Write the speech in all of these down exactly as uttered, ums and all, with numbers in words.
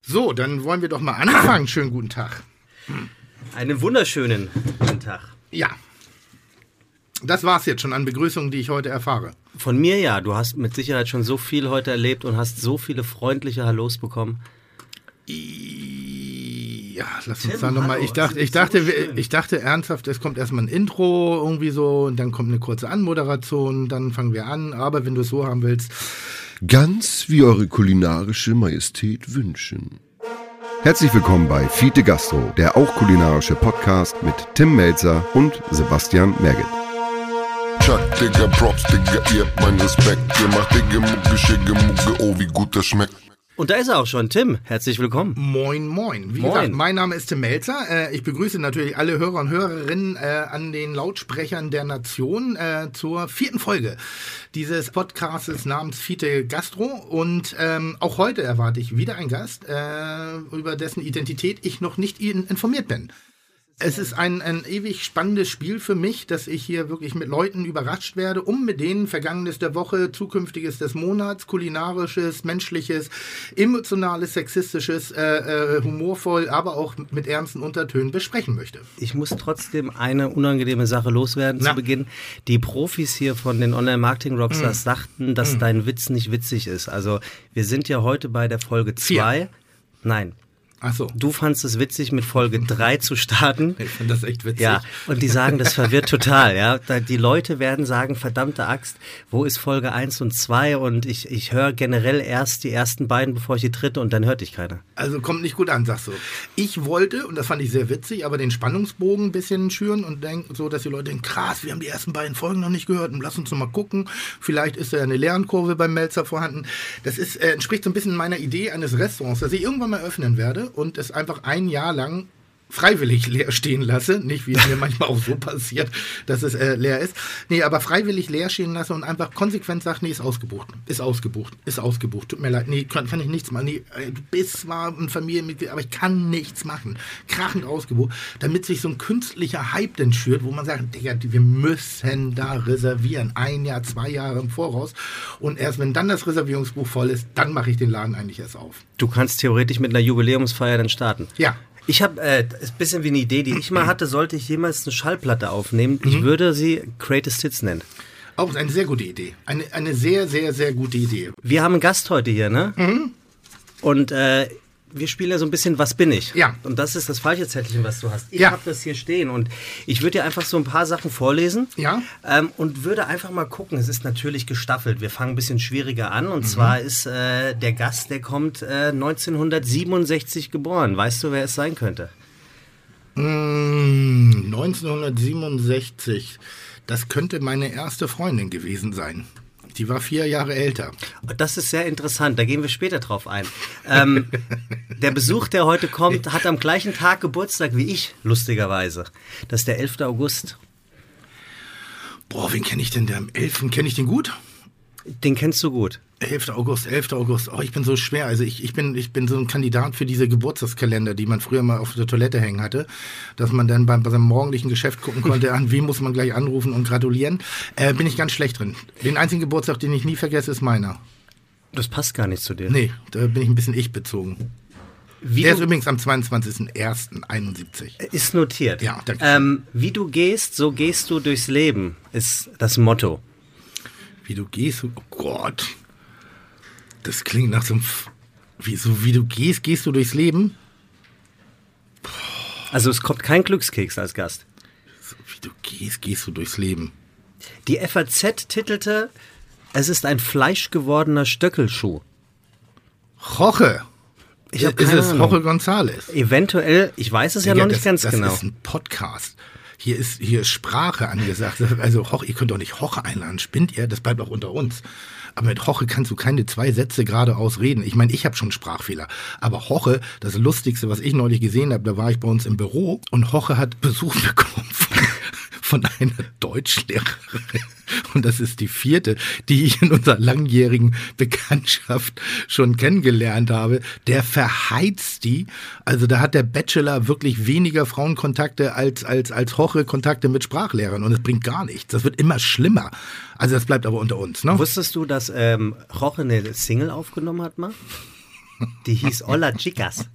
So, dann wollen wir doch mal anfangen. Schönen guten Tag. Einen wunderschönen guten Tag. Ja, das war's jetzt schon an Begrüßungen, die ich heute erfahre. Von mir ja, du hast mit Sicherheit schon so viel heute erlebt und hast so viele freundliche Hallos bekommen. Ja, lass uns da nochmal. Ich dachte, ich dachte, so ich dachte ernsthaft, es kommt erstmal ein Intro irgendwie so und dann kommt eine kurze Anmoderation, dann fangen wir an. Aber wenn du es so haben willst. Ganz wie eure kulinarische Majestät wünschen. Herzlich willkommen bei Fiete Gastro, der auch kulinarische Podcast mit Tim Melzer und Sebastian Merget. Chuck, Digga, Props, Digga, ihr habt meinen Respekt. Ihr macht Digga, Mucke, Schicke, Mucke, oh, wie gut das schmeckt. Und da ist er auch schon, Tim. Herzlich willkommen. Moin, moin. Wie moin. gesagt, mein Name ist Tim Melzer. Äh, ich begrüße natürlich alle Hörer und Hörerinnen äh, an den Lautsprechern der Nation äh, zur vierten Folge dieses Podcasts namens Fiete Gastro. Und ähm, auch heute erwarte ich wieder einen Gast, äh, über dessen Identität ich noch nicht informiert bin. Es ist ein, ein ewig spannendes Spiel für mich, dass ich hier wirklich mit Leuten überrascht werde, um mit denen Vergangenes der Woche, Zukünftiges des Monats, kulinarisches, menschliches, emotionales, sexistisches, äh, äh, humorvoll, aber auch mit ernsten Untertönen besprechen möchte. Ich muss trotzdem eine unangenehme Sache loswerden Na. zu Beginn. Die Profis hier von den Online-Marketing-Rockstars mm. sagten, dass mm. dein Witz nicht witzig ist. Also wir sind ja heute bei der Folge zwei. Nein. Ach so. Du fandst es witzig, mit Folge drei zu starten. Ich finde das echt witzig. Ja, und die sagen, das verwirrt total. Ja, die Leute werden sagen, verdammte Axt, wo ist Folge eins und zwei? Und ich, ich höre generell erst die ersten beiden, bevor ich die dritte, und dann hört dich keiner. Also kommt nicht gut an, sagst du. Ich wollte, und das fand ich sehr witzig, aber den Spannungsbogen ein bisschen schüren und denk, so, dass die Leute denken, krass, wir haben die ersten beiden Folgen noch nicht gehört und lass uns noch mal gucken. Vielleicht ist da eine Lernkurve beim Melzer vorhanden. Das ist, äh, entspricht so ein bisschen meiner Idee eines Restaurants, das ich irgendwann mal öffnen werde und es einfach ein Jahr lang freiwillig leer stehen lasse, nicht wie es mir manchmal auch so passiert, dass es äh, leer ist, nee, aber freiwillig leer stehen lasse und einfach konsequent sage, nee, ist ausgebucht, ist ausgebucht, ist ausgebucht, tut mir leid, nee, kann, kann ich nichts machen, nee, du bist zwar ein Familienmitglied, aber ich kann nichts machen, krachend ausgebucht, damit sich so ein künstlicher Hype denn schürt, wo man sagt, Digga, wir müssen da reservieren, ein Jahr, zwei Jahre im Voraus und erst wenn dann das Reservierungsbuch voll ist, dann mache ich den Laden eigentlich erst auf. Du kannst theoretisch mit einer Jubiläumsfeier dann starten. Ja. Ich habe äh, ein bisschen wie eine Idee, die ich mal hatte, sollte ich jemals eine Schallplatte aufnehmen. Ich mhm. würde sie Greatest Hits nennen. Auch eine sehr gute Idee. Eine, eine sehr, sehr, sehr gute Idee. Wir haben einen Gast heute hier, ne? Mhm. Und äh, wir spielen ja so ein bisschen Was bin ich? Ja. Und das ist das falsche Zettelchen, was du hast. Ich ja. habe das hier stehen und ich würde dir einfach so ein paar Sachen vorlesen. Ja. Ähm, und würde einfach mal gucken. Es ist natürlich gestaffelt. Wir fangen ein bisschen schwieriger an. Und mhm. zwar ist äh, der Gast, der kommt äh, neunzehnhundertsiebenundsechzig geboren. Weißt du, wer es sein könnte? Mmh, neunzehnhundertsiebenundsechzig. Das könnte meine erste Freundin gewesen sein. Die war vier Jahre älter. Das ist sehr interessant, da gehen wir später drauf ein. Ähm, der Besuch, der heute kommt, hat am gleichen Tag Geburtstag wie ich, lustigerweise. Das ist der elfter August. Boah, wen kenne ich denn, der am elften Kenne ich den gut? Den kennst du gut. elfter August, elfter August. Oh, ich bin so schwer. Also ich, ich, bin, ich bin so ein Kandidat für diese Geburtstagskalender, die man früher mal auf der Toilette hängen hatte, dass man dann beim, bei seinem morgendlichen Geschäft gucken konnte, an wen muss man gleich anrufen und gratulieren. Äh, bin ich ganz schlecht drin. Den einzigen Geburtstag, den ich nie vergesse, ist meiner. Das passt gar nicht zu dir. Nee, da bin ich ein bisschen ich-bezogen. Wie der ist übrigens am zweiundzwanzigsten ersten einundsiebzig. Ist notiert. Ja, danke. Ähm, wie du gehst, so gehst du durchs Leben, ist das Motto. Wie du gehst, oh Gott. Das klingt nach so einem... Wie, so wie du gehst, gehst du durchs Leben? Boah. Also es kommt kein Glückskeks als Gast. So wie du gehst, gehst du durchs Leben. Die F A Z titelte, es ist ein fleischgewordener Stöckelschuh. Roche. Ich hab ist keine es Ahnung. Roche González? Eventuell, ich weiß es ja, ja noch nicht das, ganz das genau. Das ist ein Podcast. Hier ist, hier ist Sprache angesagt. Also Hoche, ihr könnt doch nicht Hoche einladen, spinnt ihr? Das bleibt auch unter uns. Aber mit Hoche kannst du keine zwei Sätze geradeaus reden. Ich meine, ich habe schon Sprachfehler. Aber Hoche, das Lustigste, was ich neulich gesehen habe, da war ich bei uns im Büro und Hoche hat Besuch bekommen von, von einer Deutschlehrerin. Und das ist die vierte, die ich in unserer langjährigen Bekanntschaft schon kennengelernt habe. Der verheizt die. Also da hat der Bachelor wirklich weniger Frauenkontakte als, als, als Hoche-Kontakte mit Sprachlehrern. Und es bringt gar nichts. Das wird immer schlimmer. Also das bleibt aber unter uns, ne? Wusstest du, dass ähm, Roche eine Single aufgenommen hat mal? Die hieß Hola Chicas.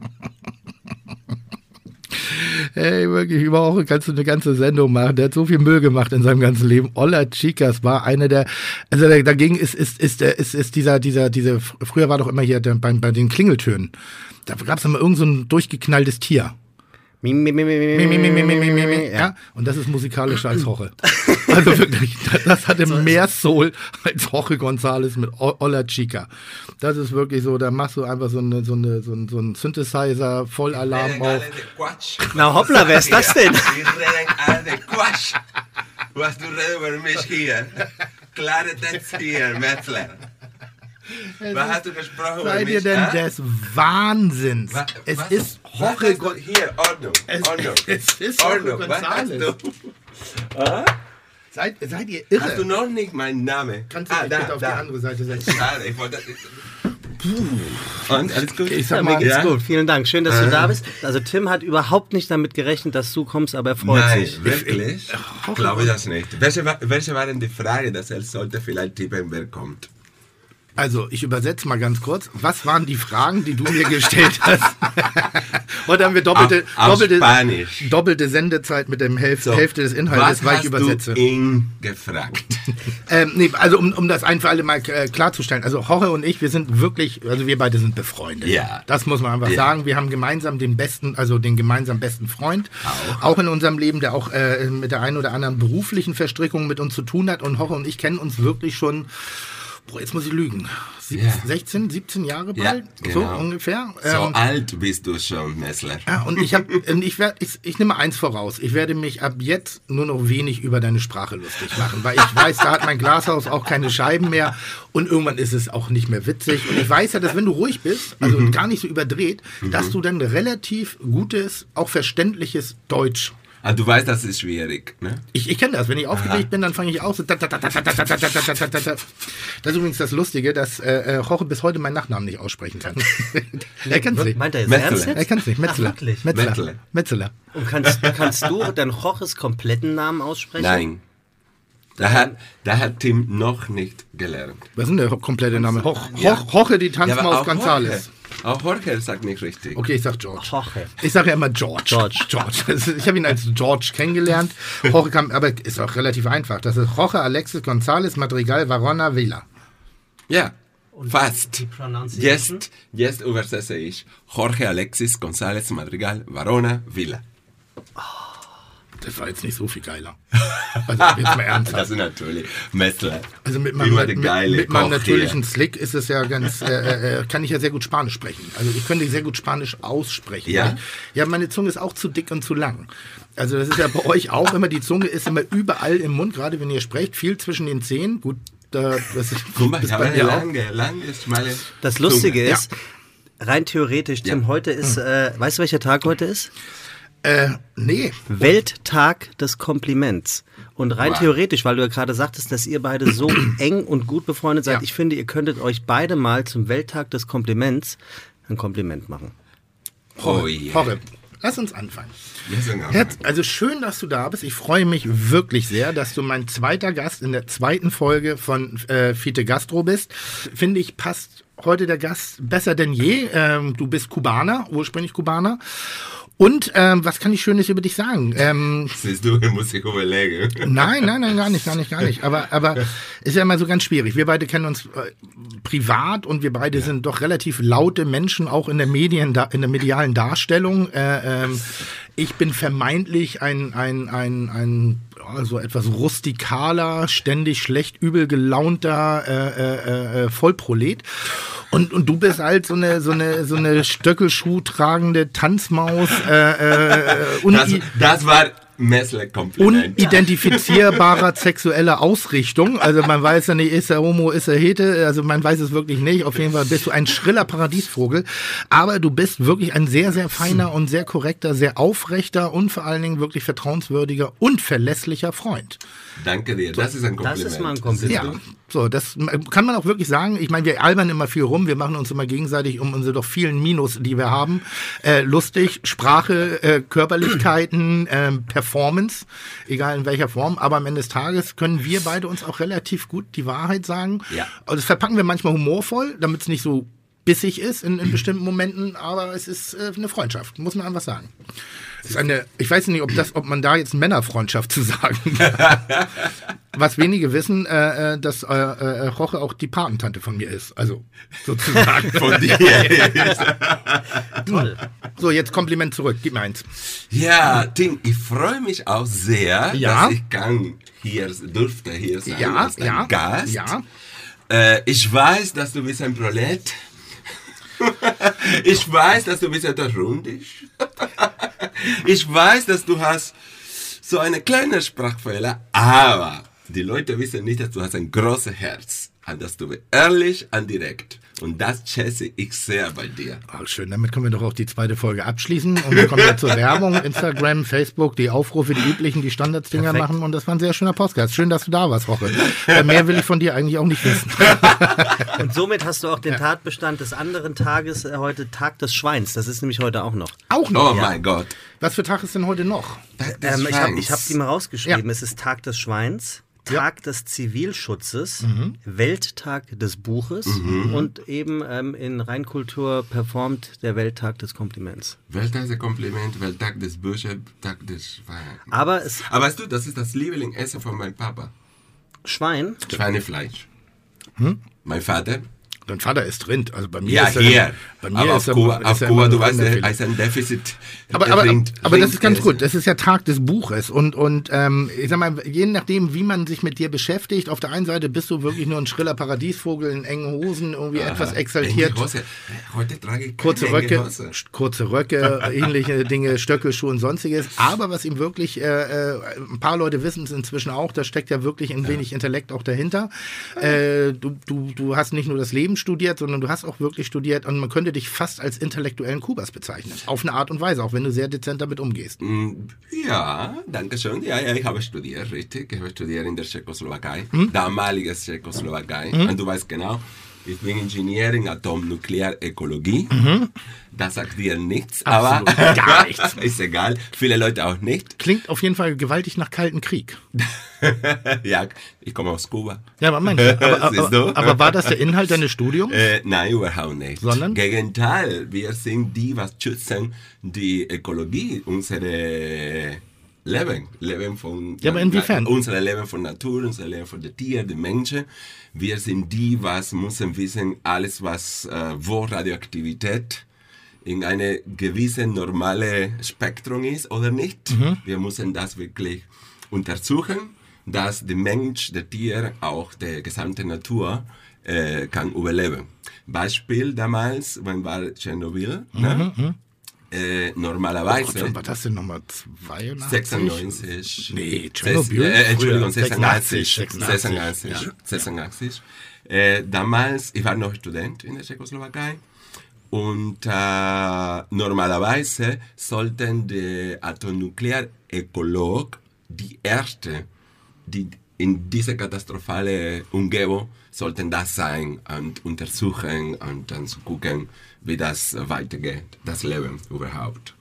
Ey, wirklich, über auch kannst du eine ganze Sendung machen. Der hat so viel Müll gemacht in seinem ganzen Leben. Hola Chicas war eine der, also dagegen ist, ist, ist, ist, ist dieser, dieser, diese, früher war doch immer hier der, bei, bei den Klingeltönen, da gab es immer irgend so ein durchgeknalltes Tier. Mi, mi, mi, mi, mi, Mi, mi, mi, mi, mi, mi, mi, mi. Ja, und das ist musikalischer als Jorge. Also wirklich, das hatte mehr Soul als Jorge González mit Hola Chica. Das ist wirklich so, da machst du einfach so, eine, so, eine, so, ein, so ein Synthesizer, Vollalarm auf. Na hoppla, wer ist das denn? Die reden alle de Quatsch. Was du redest über mich hier. Klare Text hier, Metzler. Was hast du gesprochen über Seid mich? ihr denn ah? des Wahnsinns? Was, Es was, ist was Jorge hast du González. hier, Ordnung, Es, Ordnung. es ist Jorge Ordnung, was hast González. du? Ah? Seid, seid ihr irre? Hast du noch nicht meinen Namen? Kannst du ah, mich da, bitte auf da. die andere Seite setzen? Schade, ich wollte... Und, alles gut? Ich Ja, sag mir mal, geht's ja? gut, vielen Dank. Schön, dass du da bist. Also Tim hat überhaupt nicht damit gerechnet, dass du kommst, aber er freut Nein, sich. wirklich? Ich glaube das nicht. Welche, war- welche war denn die Frage, dass er sollte vielleicht tippen, wer kommt? also ich übersetze mal ganz kurz. Was waren die Fragen, die du mir gestellt hast? Heute haben wir doppelte, Auf- auf doppelte, Spanisch. doppelte Sendezeit mit der Hälf So, Hälfte des Inhaltes, was weil ich hast übersetze. du ihn gefragt? Ähm, nee, also um, um das ein für alle mal äh, klarzustellen. Also Jorge und ich, wir sind wirklich, also wir beide sind befreundet. Ja. Das muss man einfach Ja. sagen. Wir haben gemeinsam den besten, also den gemeinsam besten Freund. Auch. Auch in unserem Leben, der auch äh, mit der einen oder anderen beruflichen Verstrickung mit uns zu tun hat. Und Jorge und ich kennen uns wirklich schon, boah, jetzt muss ich lügen, Sieb- Ja. sechzehn, siebzehn Jahre Ja, bald? So genau. ungefähr. So Ähm, alt bist du schon, Messler. Ja, und ich habe, ich werde, ich, ich nehme eins voraus. Ich werde mich ab jetzt nur noch wenig über deine Sprache lustig machen, weil ich weiß, da hat mein Glashaus auch keine Scheiben mehr und irgendwann ist es auch nicht mehr witzig. Und ich weiß ja, dass wenn du ruhig bist, also Mhm. gar nicht so überdreht, dass du dann relativ gutes, auch verständliches Deutsch. Ah, du weißt, das ist schwierig, ne? Ich, ich kenne das, wenn ich aufgeregt bin, dann fange ich auch so. Das ist übrigens das Lustige, dass äh, Jorge bis heute meinen Nachnamen nicht aussprechen kann. Er kann es nicht. Meint er jetzt Metzler. ernst Er jetzt? kann es nicht. Metzler. Ach, wirklich? Metzler. Metzler. Metzler. Und kannst, kannst du dann Jorges kompletten Namen aussprechen? Nein. Da hat, da hat Tim noch nicht gelernt. Was ist denn der komplette Name? Hoch, Ja. Hoch, Jorge die Ja, aber Tanzmaus auch González. Jorge. Auch Jorge sagt nicht richtig. Okay, ich sag George. Jorge. Ich sage ja immer George. George. George. Also ich habe ihn als George kennengelernt. Jorge kam, aber ist auch relativ einfach. Das ist Jorge Alexis González Madrigal Varona Vila. Ja, fast. die Pronunciation? Jetzt, jetzt übersetze ich. Jorge Alexis González Madrigal Varona Villa. Das war jetzt nicht so viel geiler. Also jetzt mal ernsthaft. Das ist natürlich Messler. Also mit meinem, Immer der mit, geile mit meinem Koch natürlichen hier. Slick ist es ja ganz, äh, äh, kann ich ja sehr gut Spanisch sprechen. Also ich könnte sehr gut Spanisch aussprechen. Ja? Weil- Ja, meine Zunge ist auch zu dick und zu lang. Also das ist ja bei euch auch immer, die Zunge ist immer überall im Mund, gerade wenn ihr sprecht, viel zwischen den Zähnen. Gut, da, das ist, Guck mal, das ich ist habe bei eine mir auch. lange, lange, schmale Das Lustige Zunge. ist, rein theoretisch, Tim, Ja. heute ist, äh, weißt du, welcher Tag heute ist? Äh, nee. Welttag des Kompliments. Und rein Wow. theoretisch, weil du ja gerade sagtest, dass ihr beide so eng und gut befreundet seid, Ja. ich finde, ihr könntet euch beide mal zum Welttag des Kompliments ein Kompliment machen. Oh yeah. Jorge, lass uns anfangen. Wir sind am Herz, also schön, dass du da bist. Ich freue mich wirklich sehr, dass du mein zweiter Gast in der zweiten Folge von äh, Fite Gastro bist. Finde ich, passt heute der Gast besser denn je. Ähm, du bist Kubaner, ursprünglich Kubaner. Und ähm, was kann ich Schönes über dich sagen? Ähm, Siehst du, ich muss ich überlegen. Nein, nein, nein, gar nicht, gar nicht, gar nicht. Aber, aber ist ja immer so ganz schwierig. Wir beide kennen uns äh, privat und wir beide sind doch relativ laute Menschen, auch in der Medien, in der medialen Darstellung. Äh, ähm, ich bin vermeintlich ein, ein, ein, ein ja, so etwas rustikaler, ständig schlecht übel gelaunter äh, äh, Vollprolet. Und, und du bist halt so eine, so eine, so eine Stöckelschuh tragende Tanzmaus, äh, äh, Das, uni- das war Messler-Kompliment. unidentifizierbarer sexueller Ausrichtung. Also man weiß ja nicht, ist er Homo, ist er Hete, also man weiß es wirklich nicht. Auf jeden Fall bist du ein schriller Paradiesvogel. Aber du bist wirklich ein sehr, sehr feiner und sehr korrekter, sehr aufrechter und vor allen Dingen wirklich vertrauenswürdiger und verlässlicher Freund. Danke dir, das ist ein Kompliment. Das ist mal ein Kompliment. Ja, so, das kann man auch wirklich sagen. Ich meine, wir albern immer viel rum, wir machen uns immer gegenseitig um unsere doch vielen Minus, die wir haben, äh, lustig. Sprache, äh, Körperlichkeiten, äh, Performance, egal in welcher Form. Aber am Ende des Tages können wir beide uns auch relativ gut die Wahrheit sagen. Ja. Und das verpacken wir manchmal humorvoll, damit es nicht so bissig ist in, in bestimmten Momenten, aber es ist äh, eine Freundschaft, muss man einfach sagen. Es ist eine, ich weiß nicht, ob, das, ob man da jetzt Männerfreundschaft zu sagen kann. Was wenige wissen, äh, dass äh, äh, Roche auch die Patentante von mir ist. Also sozusagen. Von dir. Toll. So, jetzt Kompliment zurück. Gib mir eins. Ja, Tim, ich freue mich auch sehr, Ja. dass ich kann hier, durfte hier sein Ja, als dein ja, Gast. ja. Äh, ich weiß, dass du bist ein Prolet. Ich weiß, dass du bist etwas rundisch. Ich weiß, dass du hast so eine kleine Sprachfehler, aber die Leute wissen nicht, dass du hast ein großes Herz, und dass du bist ehrlich und direkt. Und das schätze ich sehr bei dir. Ach, schön, damit können wir doch auch die zweite Folge abschließen. Und wir kommen jetzt zur Werbung, Instagram, Facebook, die Aufrufe, die üblichen, die Standardsdinger Perfekt. machen. Und das war ein sehr schöner Podcast. Schön, dass du da warst, Roche. Äh, mehr will ich von dir eigentlich auch nicht wissen. Und somit hast du auch den Tatbestand des anderen Tages, äh, heute Tag des Schweins. Das ist nämlich heute auch noch. Auch noch. Oh mein Gott. Was für Tag ist denn heute noch? Tag des Ähm, ich habe Schweins. ich hab die mal rausgeschrieben. Ja. Es ist Tag des Schweins, Ja. Tag des Zivilschutzes, Welttag des Buches und eben ähm, in Rheinkultur performt der Welttag des Kompliments. Welttag des Kompliment, Welttag des Büchers, Tag des Schweins. Aber es Aber weißt du, das ist das Lieblingsessen von meinem Papa. Schwein, Schweinefleisch. Mein Vater. Dein Vater ist Rind. Also bei mir Ja, ist er, hier. Bei mir aber ist auf er, Kuba, ist auf er Kuba immer du nur weißt, er Rinderfilet. ist ein Defizit. Aber, aber, Rind- aber das ist ganz Rindessen. gut. Das ist ja Tag des Buches. Und, und ähm, ich sag mal, je nachdem, wie man sich mit dir beschäftigt, auf der einen Seite bist du wirklich nur ein schriller Paradiesvogel in engen Hosen, irgendwie etwas exaltiert. Enge Hose. Heute trage ich keine Kurze enge Röcke, Hose. sch- kurze Röcke, ähnliche Dinge, Stöckelschuhe und sonstiges. Aber was ihm wirklich, äh, äh, ein paar Leute wissen es inzwischen auch, da steckt ja wirklich ein wenig Intellekt auch dahinter. Äh, du, du, du hast nicht nur das Leben studiert, sondern du hast auch wirklich studiert und man könnte dich fast als intellektuellen Kubas bezeichnen. Auf eine Art und Weise, auch wenn du sehr dezent damit umgehst. Ja, danke schön. Ja, ja, ich habe studiert, richtig. Ich habe studiert in der Tschechoslowakei, Hm? damalige Tschechoslowakei. Und du weißt genau, ich bin Ingenieur in Atomnuklearökologie. Das sagt dir nichts, Mhm. Absolut aber gar nichts. ist egal. Viele Leute auch nicht. Klingt auf jeden Fall gewaltig nach Kalten Krieg. Ja, ich komme aus Kuba. Ja, aber meinst du, aber, Siehst du? aber, aber war das der Inhalt deines Studiums? Äh, nein, überhaupt nicht. Sondern? Gegenteil, wir sind die, was schützen die Ökologie, unsere Leben, Leben von Ja, aber inwiefern? Unser Leben von Natur, unser Leben von den Tieren, den Menschen. Wir sind die, was müssen wissen, alles was äh, wo Radioaktivität in eine gewisse normale Spektrum ist oder nicht. Mhm. Wir müssen das wirklich untersuchen, dass der Mensch, der Tier, auch die gesamte Natur äh, kann überleben. Beispiel damals, wenn war Tschernobyl, ne? äh, normalerweise Gott, wann war das denn nochmal? zweiundachtzig? sechsundneunzig. Nee, Tschernobyl? Äh, Entschuldigung, Früher. sechsundachtzig. sechsundachtzig, sechsundachtzig. ja. sechsundachtzig. Äh, damals, ich war noch Student in der Tschechoslowakei. Und äh, normalerweise sollten die Atomnuklearökologen die erste, die in dieser katastrophalen Umgebung sollten das sein und untersuchen und dann zu gucken, wie das weitergeht, das Leben überhaupt.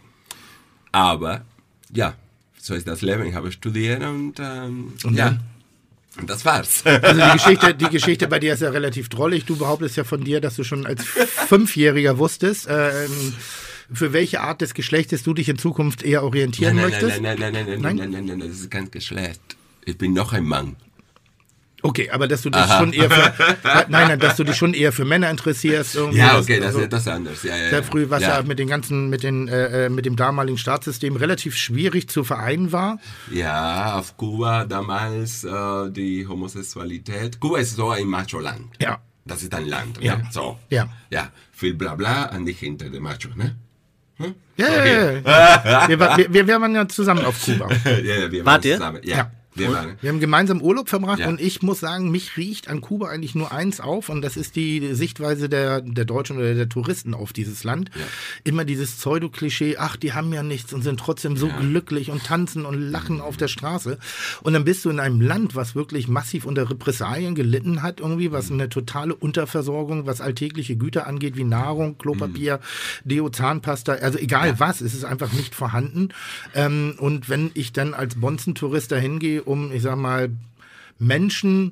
Aber ja, so ist das Leben. Ich habe studiert und, ähm, Und ja, dann? und das war's. Also die Geschichte, die Geschichte bei dir ist ja relativ drollig. Du behauptest ja von dir, dass du schon als Fünfjähriger wusstest, ähm, für welche Art des Geschlechtes du dich in Zukunft eher orientieren nein, nein, möchtest. nein, nein, nein, nein, nein, nein, nein, nein, das ist kein Geschlecht. Ich bin noch ein Mann. Okay, aber dass du dich schon eher für, nein, nein, dass du dich schon eher für Männer interessierst. irgendwie. Ja, okay, das also ist etwas anderes. Ja, ja, sehr ja. früh, was ja, ja. mit den ganzen, mit den, äh, mit dem damaligen Staatssystem relativ schwierig zu vereinen war. Ja, auf Kuba damals äh, die Homosexualität. Kuba ist so ein Macho-Land. Ja. Das ist ein Land. Ja. Ne? So. Ja. Ja. Viel Blabla an die hinter dem Macho, ne? Hm? Ja, Okay. ja, ja. Wir, war- wir, wir waren ja zusammen auf Kuba. ja, ja, wir Wart waren ihr? zusammen. Ja. Ja. Wir waren. Wir haben gemeinsam Urlaub verbracht Ja. und ich muss sagen, mich riecht an Kuba eigentlich nur eins auf und das ist die Sichtweise der, der Deutschen oder der Touristen auf dieses Land. Ja. Immer dieses Pseudo-Klischee, ach, die haben ja nichts und sind trotzdem so Ja. glücklich und tanzen und lachen auf der Straße. Und dann bist du in einem Land, was wirklich massiv unter Repressalien gelitten hat, irgendwie, was eine totale Unterversorgung, was alltägliche Güter angeht, wie Nahrung, Klopapier, Deo, Zahnpasta, also egal Ja. was, es ist einfach nicht vorhanden. Ähm, und wenn ich dann als Bonzentourist dahin gehe, um, ich sag mal, Menschen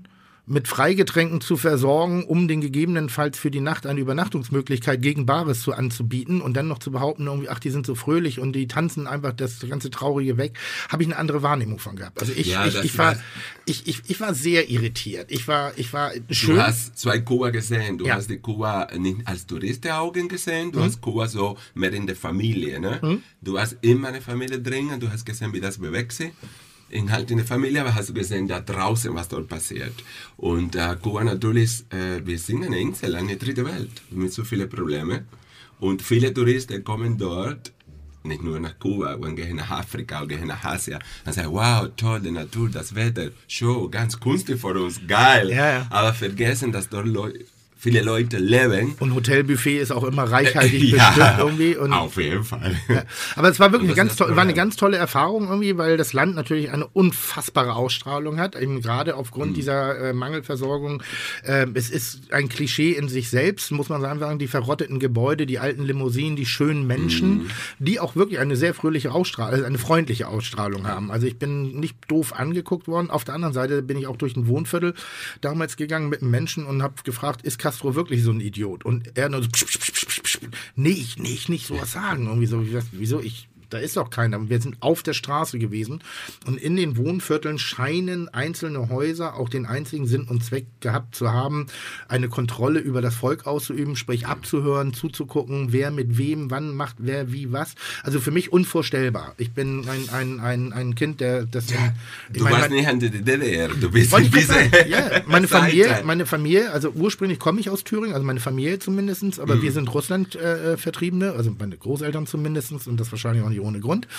mit Freigetränken zu versorgen, um den gegebenenfalls für die Nacht eine Übernachtungsmöglichkeit gegen Bares zu anzubieten und dann noch zu behaupten, irgendwie, ach, die sind so fröhlich und die tanzen einfach das ganze Traurige weg, habe ich eine andere Wahrnehmung von gehabt. Also ich, Ja, ich, das ich, war, war- ich, ich, ich war sehr irritiert. Ich war, ich war schön. Du hast zwei Kuba gesehen. Du Ja. hast die Kuba nicht als Touristenaugen gesehen, du hast Kuba so mehr in der Familie. Ne? Du hast immer eine Familie drin und du hast gesehen, wie das bewegt sich. In, halt in der Familie, aber hast du gesehen, da draußen, was dort passiert. Und äh, Kuba natürlich, äh, wir sind eine Insel, eine dritte Welt, mit so vielen Problemen. Und viele Touristen kommen dort, nicht nur nach Kuba, und gehen nach Afrika oder gehen nach Asien und sagen, wow, toll, die Natur, das Wetter, Show, ganz kunstig für uns, geil. Ja, ja. Aber vergessen, dass dort Leu viele Leute leben. Und Hotelbuffet ist auch immer reichhaltig bestimmt irgendwie. Und auf jeden Fall. Ja, aber es war wirklich Und eine das ganz, ist das to- war eine Problem. ganz tolle Erfahrung irgendwie, weil das Land natürlich eine unfassbare Ausstrahlung hat, eben gerade aufgrund Mhm. dieser äh, Mangelversorgung. Ähm, es ist ein Klischee in sich selbst, muss man sagen, die verrotteten Gebäude, die alten Limousinen, die schönen Menschen, Mhm. die auch wirklich eine sehr fröhliche Ausstrahlung, also eine freundliche Ausstrahlung haben. Also ich bin nicht doof angeguckt worden. Auf der anderen Seite bin ich auch durch ein Wohnviertel damals gegangen mit einem Menschen und habe gefragt, ist Castro wirklich so ein Idiot? Und er nur so, psch, psch, psch, psch, psch. nee, ich, nee, ich nicht sowas sagen. Irgendwie so, wie, wieso ich, da ist doch keiner. Wir sind auf der Straße gewesen und in den Wohnvierteln scheinen einzelne Häuser auch den einzigen Sinn und Zweck gehabt zu haben, eine Kontrolle über das Volk auszuüben, sprich abzuhören, zuzugucken, wer mit wem, wann macht wer wie was. Also für mich unvorstellbar. Ich bin ein, ein, ein, ein Kind, der das... ich Du meine, warst mein- nicht an der D D R, du bist wollte ein ich gerade bisschen... sagen, ja, meine Familie, Seite. meine Familie, also ursprünglich komme ich aus Thüringen, also meine Familie zumindest, aber wir sind Russland-Vertriebene, äh, Vertriebene, also meine Großeltern zumindest und das wahrscheinlich auch nicht ohne Grund.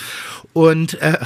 Und äh,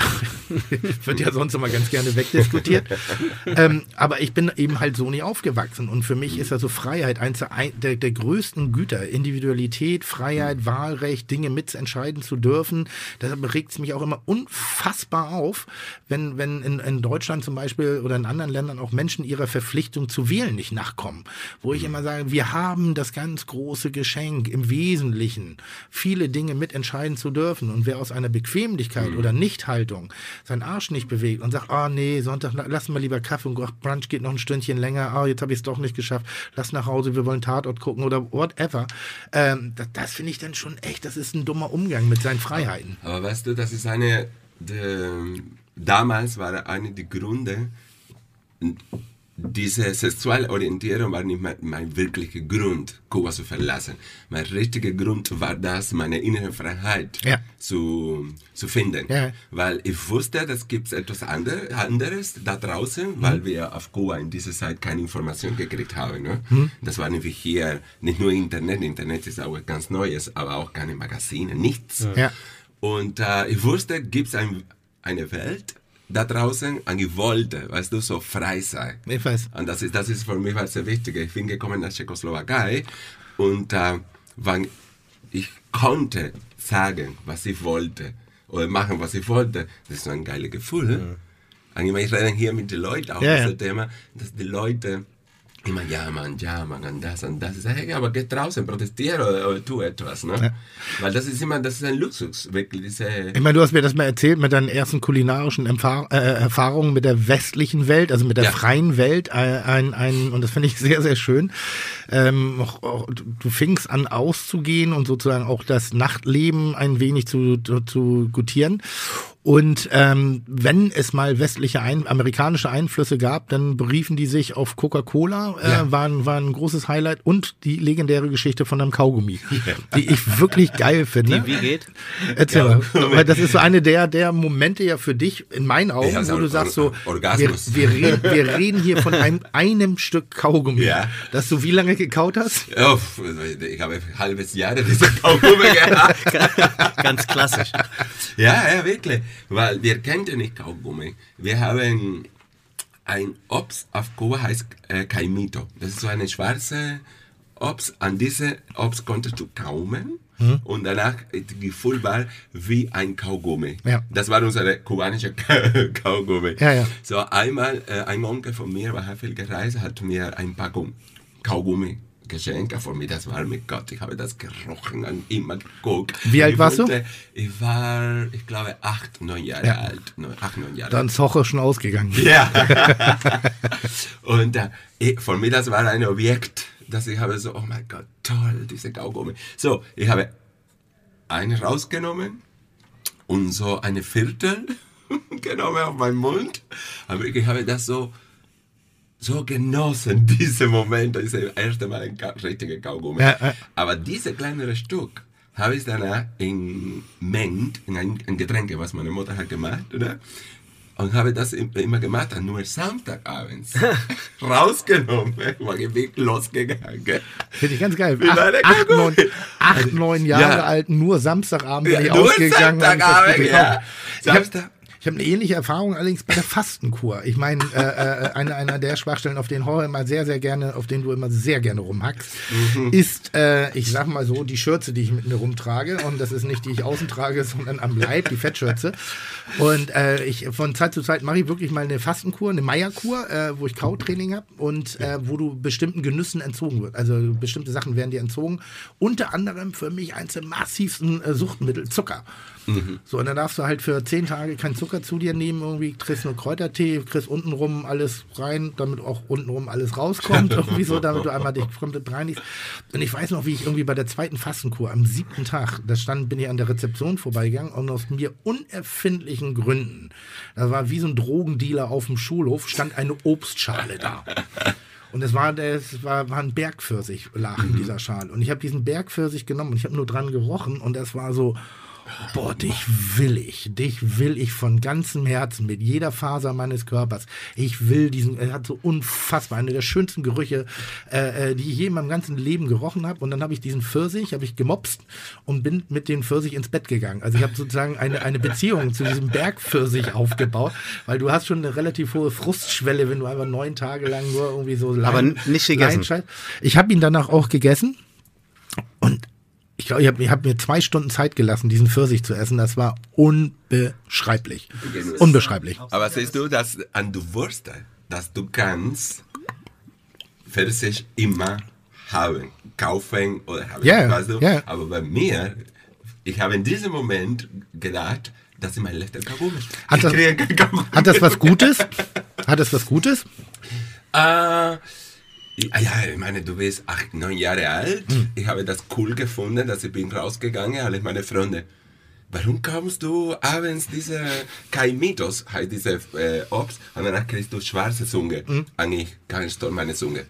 wird ja sonst immer ganz gerne wegdiskutiert. ähm, aber ich bin eben halt so nicht aufgewachsen und für mich ist also Freiheit eins der, ein- der, der größten Güter, Individualität, Freiheit, Wahlrecht, Dinge mitentscheiden zu dürfen. Deshalb regt es mich auch immer unfassbar auf, wenn, wenn in, in Deutschland zum Beispiel oder in anderen Ländern auch Menschen ihrer Verpflichtung zu wählen nicht nachkommen. Wo ich immer sage, wir haben das ganz große Geschenk, im Wesentlichen viele Dinge mitentscheiden zu dürfen. Und wer aus einer Bequemlichkeit oder Nichthaltung seinen Arsch nicht bewegt und sagt, ah nee, Sonntag, lassen wir lieber Kaffee und ach, Brunch geht noch ein Stündchen länger, ah, jetzt habe ich es doch nicht geschafft, lass nach Hause, wir wollen Tatort gucken oder whatever. Ähm, das das finde ich dann schon echt, das ist ein dummer Umgang mit seinen Freiheiten. Aber weißt du, das ist eine, de, damals war eine der Gründe, diese sexuelle Orientierung war nicht mein, mein wirklicher Grund, Kuba zu verlassen. Mein richtiger Grund war das, meine innere Freiheit Ja. zu, zu finden. Ja. Weil ich wusste, es gibt etwas andere, anderes da draußen, weil wir auf Kuba in dieser Zeit keine Information gekriegt haben. Ne? Das war nämlich hier nicht nur Internet, Internet ist auch etwas ganz Neues, aber auch keine Magazine, nichts. Ja. Und äh, ich wusste, gibt es ein, eine Welt da draußen und ich wollte, weißt du, so frei sein. Ich weiß. Und das ist, das ist für mich was sehr wichtig. Ich bin gekommen nach Tschechoslowakei und äh, wann ich konnte sagen, was ich wollte oder machen, was ich wollte, das ist so ein geiles Gefühl. Ja. Und ich rede hier mit den Leuten auch Ja, über ja. das Thema, dass die Leute immer jammern, jammern und das und das. Ich sage, hey, aber geh draußen, protestiere oder, oder tu etwas. Ne? Ja. Weil das ist immer, das ist ein Luxus, wirklich. Diese, Ich meine, du hast mir das mal erzählt mit deinen ersten kulinarischen Empfa äh, Erfahrungen mit der westlichen Welt, also mit der Ja. freien Welt. Ein, ein, ein, und das finde ich sehr, sehr schön. Ähm, auch, auch, du fingst an auszugehen und sozusagen auch das Nachtleben ein wenig zu, zu, zu gutieren. Und ähm, wenn es mal westliche, ein, amerikanische Einflüsse gab, dann beriefen die sich auf Coca-Cola, äh, Ja. war, ein- war ein großes Highlight und die legendäre Geschichte von einem Kaugummi, die ich wirklich geil finde. Die wie geht? Erzähl mal, weil das ist so eine der, der Momente ja für dich, in meinen Augen, Ja, so wo du Or- sagst so, wir, Orgasmus. wir, reden, wir reden hier von einem, einem Stück Kaugummi, Ja. das du wie lange gekaut hast? Oh, ich habe ein halbes Jahr diese Kaugummi gehabt. Ganz klassisch. Ja, ja, wirklich. Weil wir kennen ja nicht Kaugummi. Wir haben ein Obst auf Kuba, heißt äh, Caimito. Das ist so eine schwarze Obst. An diese Obst konntest du kaumen. Hm? Und danach, das Gefühl war wie ein Kaugummi. Ja. Das war unser kubanischer Kaugummi. Ja, ja. So einmal, äh, ein Onkel von mir war viel gereist, hat mir ein Packung Kaugummi Geschenk. Für mich, das war mit Gott, ich habe das gerochen und immer geguckt. Wie alt ich warst wollte, du? Ich war, ich glaube, acht, neun Jahre Ja. alt. Neun, acht, neun Jahre Dann ist Hoche schon ausgegangen. Ja. Und äh, ich, für mich, das war ein Objekt, dass ich habe so, oh mein Gott, toll, diese Kaugummi. So, ich habe eine rausgenommen und so eine Viertel genommen auf meinen Mund. Aber ich habe das so, so genossen, diese Momente, diese erste Mal ein Ka- richtiger Kaugummi. Ja, ja. Aber diese kleinere Stück habe ich danach in Ment, in ein, ein Getränk, was meine Mutter hat gemacht, oder? Und habe das im- immer gemacht, dann nur Samstagabends rausgenommen, war Gewicht losgegangen. Finde ich ganz geil. Wie Acht, war der acht, Kaugummi? neun, acht, neun Jahre Ja. alt, nur Samstagabend bin ich Ja, nur ausgegangen. und hab das Samstagabend, gekauft. ja. Ich habe Samstag. ich hab eine ähnliche Erfahrung allerdings bei der Fastenkur. Ich meine, äh, äh, eine, einer der Schwachstellen, auf den Jorge immer sehr, sehr gerne, auf den du immer sehr gerne rumhackst, Mhm. ist, äh, ich sag mal so, die Schürze, die ich mit mir rumtrage. Und das ist nicht die ich außen trage, sondern am Leib, die Fettschürze. Und äh, ich von Zeit zu Zeit mache ich wirklich mal eine Fastenkur, eine Meierkur, äh, wo ich Kautraining habe und äh, wo du bestimmten Genüssen entzogen wird. Also bestimmte Sachen werden dir entzogen. Unter anderem für mich eins der massivsten äh, Suchtmittel, Zucker. So, und dann darfst du halt für zehn Tage keinen Zucker zu dir nehmen, irgendwie kriegst nur Kräutertee, kriegst untenrum alles rein, damit auch untenrum alles rauskommt, irgendwie so, damit du einmal dich komplett reinigst. Und ich weiß noch, wie ich irgendwie bei der zweiten Fastenkur am siebten Tag, da stand, bin ich an der Rezeption vorbeigegangen und aus mir unerfindlichen Gründen, da war wie so ein Drogendealer auf dem Schulhof, stand eine Obstschale da. Und es war, das war, war ein Bergpfirsich, lag in dieser Schale. Und ich habe diesen Bergpfirsich genommen und ich habe nur dran gerochen und das war so, boah, dich will ich, dich will ich von ganzem Herzen, mit jeder Faser meines Körpers. Ich will diesen, er hat so unfassbar, eine der schönsten Gerüche, äh, äh, die ich je in meinem ganzen Leben gerochen habe. Und dann habe ich diesen Pfirsich, habe ich gemopst und bin mit dem Pfirsich ins Bett gegangen. Also ich habe sozusagen eine, eine Beziehung zu diesem Bergpfirsich aufgebaut, weil du hast schon eine relativ hohe Frustschwelle, wenn du einfach neun Tage lang nur irgendwie so Aber Lein- nicht gegessen. Leinscheiß- Ich habe ihn danach auch gegessen und ich glaube, ich habe hab mir zwei Stunden Zeit gelassen, diesen Pfirsich zu essen. Das war unbeschreiblich. Unbeschreiblich. Aber siehst du, dass an du Würste, dass du kannst Pfirsich immer haben, kaufen oder haben, Ja, weißt du? ja. Aber bei mir, ich habe in diesem Moment gedacht, das ist mein letzter Kaugummi. Hat Ich das- kriege kein Kaugummi. Hat das was Gutes? Hat das was Gutes? Äh, ja, ja, ich meine, du bist acht, neun Jahre alt. Hm. Ich habe das cool gefunden, dass ich bin rausgegangen, alle meine Freunde. Warum kaufst du abends diese Kaimitos, heißt diese äh, Obst, und danach kriegst du schwarze Zunge. Hm. Eigentlich ganz toll meine Zunge.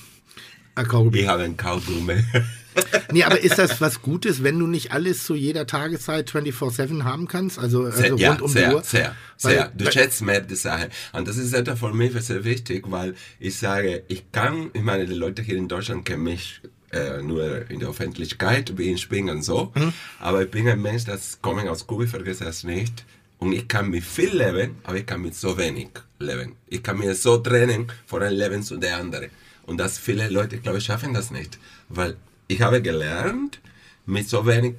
Ah, Kaugummi. Ich habe einen Kaugummi. Nee, aber ist das was Gutes, wenn du nicht alles zu jeder Tageszeit vierundzwanzig sieben haben kannst? Also, Sehr, also ja, rund um sehr, die Uhr? sehr, Weil- sehr. Du weil- schätzt mehr die Sache. Und das ist etwas für mich sehr wichtig, weil ich sage, ich kann, ich meine, die Leute hier in Deutschland kennen mich äh, nur in der Öffentlichkeit, wie ich springe und so. Mhm. Aber ich bin ein Mensch, das kommen aus Kuba, ich vergesse das nicht. Und ich kann mit viel leben, aber ich kann mit so wenig leben. Ich kann mir so trennen von einem Leben zu der anderen. Und dass viele Leute, glaube ich, schaffen das nicht. Weil ich habe gelernt, mit so wenig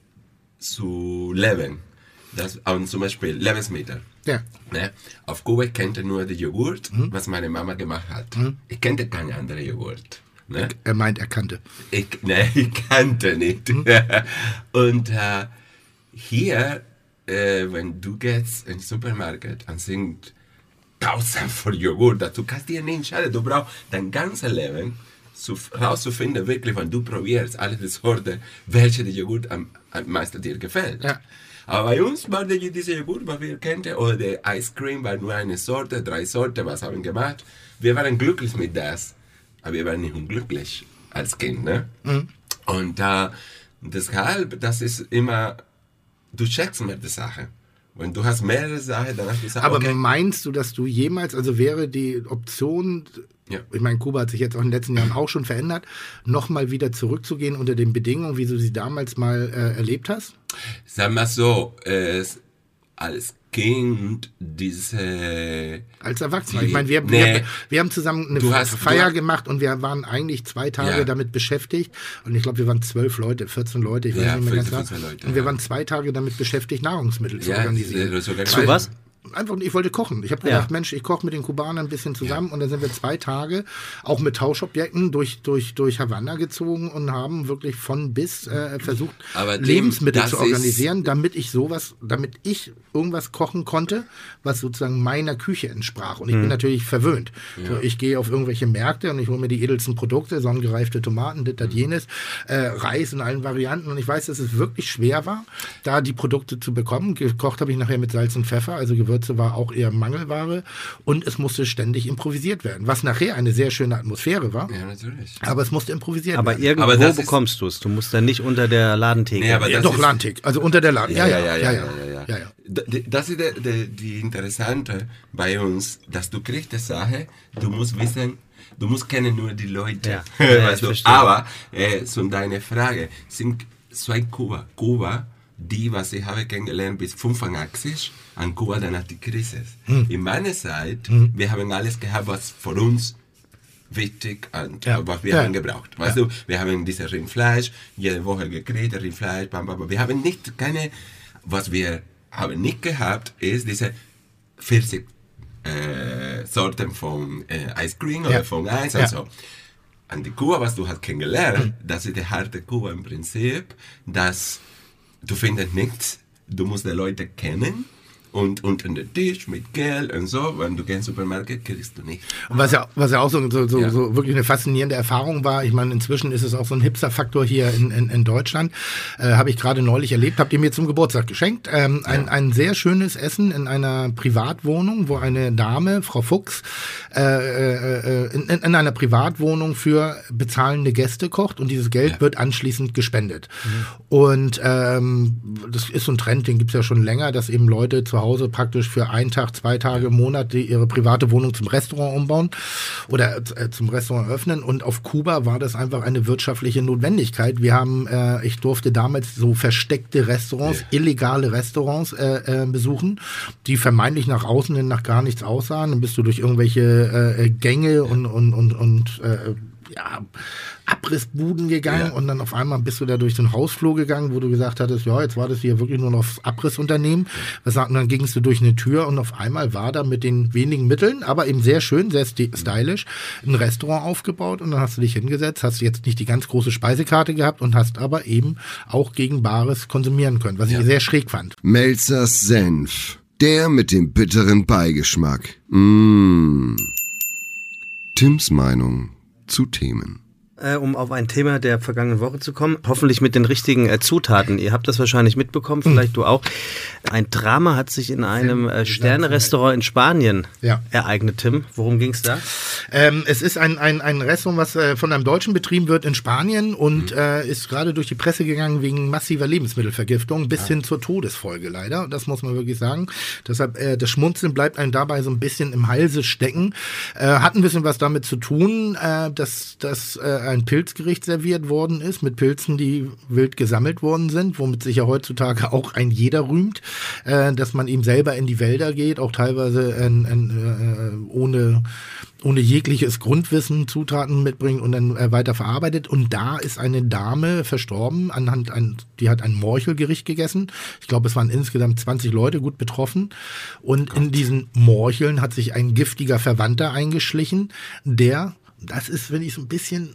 zu leben. Das, und zum Beispiel Lebensmittel. Ja. Ne? Auf Kuba ich kannte nur den Joghurt, was meine Mama gemacht hat. Ich kannte keine andere Joghurt. Ne? Er meint, er kannte. Ich, ne, ich kannte nicht. Und äh, hier, äh, wenn du gehst in den Supermarkt und sind tausend von Joghurt, du kannst dir nicht entscheiden, du brauchst dein ganzes Leben zu, rauszufinden, wirklich, wenn du probierst, alle die Sorte, welche die Joghurt am, am meisten dir gefällt. Ja. Aber bei uns war der, diese Joghurt, was wir kannten, oder der Ice Cream war nur eine Sorte, drei Sorten, was haben wir gemacht. Wir waren glücklich mit das, aber wir waren nicht unglücklich als Kind. Ne? Mhm. Und äh, deshalb, das ist immer, du checkst mehr die Sache. Wenn du hast mehrere Sachen, dann hast du gesagt, Aber okay. meinst du, dass du jemals, also wäre die Option, Ja. ich meine, Kuba hat sich jetzt auch in den letzten Jahren auch schon verändert, nochmal wieder zurückzugehen unter den Bedingungen, wie du sie damals mal äh, erlebt hast? Sag mal so, es, als Kind diese... Als Erwachsener. Die- Ich meine, wir, nee. wir, wir haben zusammen eine Du hast- Feier du- gemacht und wir waren eigentlich zwei Tage Ja. damit beschäftigt. Und ich glaube, wir waren zwölf Leute, vierzehn Leute, ich weiß Ja, nicht mehr ganz vierzehn, genau. Leute, und wir ja. waren zwei Tage damit beschäftigt, Nahrungsmittel zu Ja, organisieren. das ist sogar- Zu was? einfach, ich wollte kochen. Ich habe gedacht, ja. Mensch, ich koche mit den Kubanern ein bisschen zusammen ja. und dann sind wir zwei Tage auch mit Tauschobjekten durch, durch, durch Havanna gezogen und haben wirklich von bis äh, versucht, aber Lebensmittel dem, zu organisieren, damit ich sowas, damit ich irgendwas kochen konnte, was sozusagen meiner Küche entsprach. Und ich hm. bin natürlich verwöhnt. Ja. So, ich gehe auf irgendwelche Märkte und ich hole mir die edelsten Produkte, sonnengereifte Tomaten, das, das, jenes, äh, Reis in allen Varianten. Und ich weiß, dass es wirklich schwer war, da die Produkte zu bekommen. Gekocht habe ich nachher mit Salz und Pfeffer, also Gewürze war auch eher Mangelware und es musste ständig improvisiert werden, was nachher eine sehr schöne Atmosphäre war. Ja, natürlich. Aber es musste improvisiert aber werden. Irgendwo aber irgendwo bekommst du es. Du musst dann nicht unter der Ladentheke. Nee, aber ja, doch, Ladentheke. Also unter der Laden. Ja, ja, ja. ja, ja, ja, ja, ja, ja. Das ist die, die, die Interessante bei uns, dass du kriegst die Sache, du musst wissen, du musst kennen nur die Leute. Ja. Weißt ja, du? Aber äh, so deine Frage, sind zwei Kuba, Kuba, die, was ich habe kennengelernt bis fünfundachtzig, an Kuba danach die Krise. Hm. In meiner Zeit, hm. wir haben alles gehabt, was für uns wichtig und ja. was wir ja. haben gebraucht. Weißt ja. du, wir haben dieses Rindfleisch jede Woche gekriegt, Rindfleisch, bam, bam, bam. Wir haben nicht keine, was wir haben nicht gehabt, ist diese vierzig äh, Sorten von äh, Ice Cream ja. oder von Eis und ja. so. An die Kuba, was du hast kennengelernt, hm. das ist die harte Kuba im Prinzip, dass du findest nichts, du musst die Leute kennen und unter den Tisch mit Geld und so, wenn du gehst in den Supermarkt, kriegst du nicht. Und was ja, was ja auch so, so, so, ja. so wirklich eine faszinierende Erfahrung war, ich meine, inzwischen ist es auch so ein Hipster-Faktor hier in, in, in Deutschland, äh, habe ich gerade neulich erlebt, habt ihr mir zum Geburtstag geschenkt, ähm, ja. ein, ein sehr schönes Essen in einer Privatwohnung, wo eine Dame, Frau Fuchs, äh, äh, in, in einer Privatwohnung für bezahlende Gäste kocht und dieses Geld ja. wird anschließend gespendet. Mhm. Und ähm, das ist so ein Trend, den gibt's ja schon länger, dass eben Leute zu Hause praktisch für einen Tag, zwei Tage im Monat die ihre private Wohnung zum Restaurant umbauen oder äh, zum Restaurant öffnen. Und auf Kuba war das einfach eine wirtschaftliche Notwendigkeit. Wir haben, äh, ich durfte damals so versteckte Restaurants, ja. illegale Restaurants äh, äh, besuchen, die vermeintlich nach außen hin nach gar nichts aussahen. Dann bist du durch irgendwelche äh, Gänge ja. und, und, und, und äh, ja, Abrissbuden gegangen ja. und dann auf einmal bist du da durch den Hausflur gegangen, wo du gesagt hattest, ja, jetzt war das hier wirklich nur noch das Abrissunternehmen. Was sagt, und dann gingst du durch eine Tür und auf einmal war da mit den wenigen Mitteln, aber eben sehr schön, sehr stylisch, ein Restaurant aufgebaut und dann hast du dich hingesetzt, hast jetzt nicht die ganz große Speisekarte gehabt und hast aber eben auch gegen Bares konsumieren können, was ja. ich sehr schräg fand. Melzers Senf, der mit dem bitteren Beigeschmack. Mmh. Tims Meinung zu Themen. Äh, um auf ein Thema der vergangenen Woche zu kommen, hoffentlich mit den richtigen äh, Zutaten. Ihr habt das wahrscheinlich mitbekommen, vielleicht mhm. du auch. Ein Drama hat sich in einem äh, Sterne-Restaurant in Spanien ja. ereignet, Tim. Worum ging es da? Ähm, es ist ein, ein, ein Restaurant, was äh, von einem Deutschen betrieben wird in Spanien und mhm. äh, ist gerade durch die Presse gegangen wegen massiver Lebensmittelvergiftung bis ja. hin zur Todesfolge leider. Das muss man wirklich sagen. Deshalb, äh, das Schmunzeln bleibt einem dabei so ein bisschen im Halse stecken. Äh, hat ein bisschen was damit zu tun, äh, dass, dass äh, ein Pilzgericht serviert worden ist, mit Pilzen, die wild gesammelt worden sind, womit sich ja heutzutage auch ein jeder rühmt, äh, dass man eben selber in die Wälder geht, auch teilweise äh, äh, ohne ohne jegliches Grundwissen Zutaten mitbringt und dann äh, weiter verarbeitet. Und da ist eine Dame verstorben, anhand ein, die hat ein Morchelgericht gegessen. Ich glaube, es waren insgesamt zwanzig Leute gut betroffen. Und Gott. In diesen Morcheln hat sich ein giftiger Verwandter eingeschlichen, der, das ist, wenn ich so ein bisschen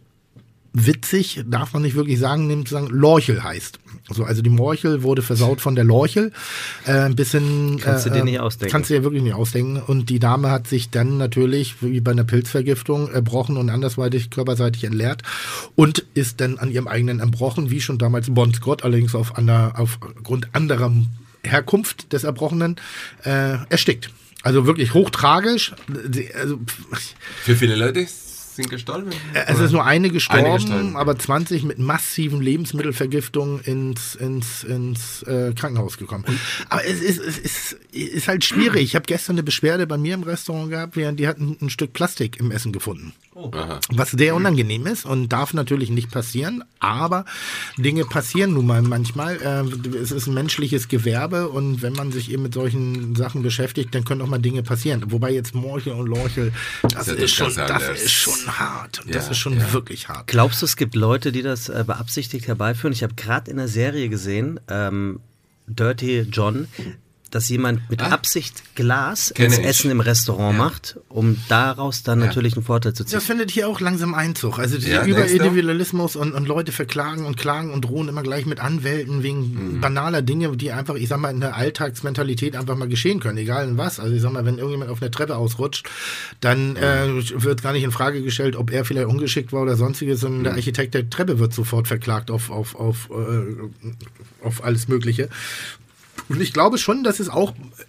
witzig, darf man nicht wirklich sagen, nämlich zu sagen, Lorchel heißt. Also, also die Morchel wurde versaut von der Lorchel. Äh, ein bisschen. Kannst äh, du dir nicht ausdenken. Kannst du dir wirklich nicht ausdenken. Und die Dame hat sich dann natürlich, wie bei einer Pilzvergiftung, erbrochen und andersweitig körperseitig entleert und ist dann an ihrem eigenen Erbrochen, wie schon damals Bon Scott, allerdings auf einer, aufgrund anderer Herkunft des Erbrochenen, äh, erstickt. Also wirklich hochtragisch. Also, für viele Leute sind gestorben? Es ist nur eine gestorben, eine gestorben, aber zwanzig mit massiven Lebensmittelvergiftungen ins, ins, ins äh, Krankenhaus gekommen. Aber es ist, es ist, ist halt schwierig. Ich habe gestern eine Beschwerde bei mir im Restaurant gehabt, während die hatten ein Stück Plastik im Essen gefunden. Oh. Was sehr unangenehm ist und darf natürlich nicht passieren, aber Dinge passieren nun mal manchmal. Äh, es ist ein menschliches Gewerbe und wenn man sich eben mit solchen Sachen beschäftigt, dann können auch mal Dinge passieren. Wobei jetzt Morchel und Lorchel, das, das, ist, schon, das ist schon hart. Das ja, ist schon ja. wirklich hart. Glaubst du, es gibt Leute, die das äh, beabsichtigt herbeiführen? Ich habe gerade in der Serie gesehen, ähm, Dirty John, dass jemand mit ah, Absicht Glas ins ich. Essen im Restaurant ja. macht, um daraus dann ja. natürlich einen Vorteil zu ziehen. Das findet hier auch langsam Einzug. Also dieser ja, Überindividualismus und, und Leute verklagen und klagen und drohen immer gleich mit Anwälten wegen mhm. banaler Dinge, die einfach, ich sag mal, in der Alltagsmentalität einfach mal geschehen können, egal in was. Also ich sag mal, wenn irgendjemand auf einer Treppe ausrutscht, dann mhm. äh, wird gar nicht in Frage gestellt, ob er vielleicht ungeschickt war oder sonstiges, sondern mhm. der Architekt der Treppe wird sofort verklagt auf, auf, auf, äh, auf alles Mögliche. Und ich glaube schon, dass es auch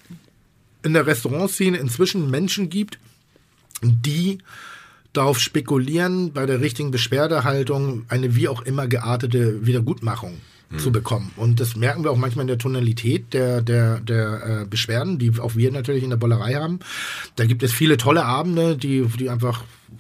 in der Restaurantszene inzwischen Menschen gibt, die darauf spekulieren, bei der richtigen Beschwerdehaltung eine wie auch immer geartete Wiedergutmachung mhm. zu bekommen. Und das merken wir auch manchmal in der Tonalität der, der, der äh, Beschwerden, die auch wir natürlich in der Bollerei haben. Da gibt es viele tolle Abende, die, die einfach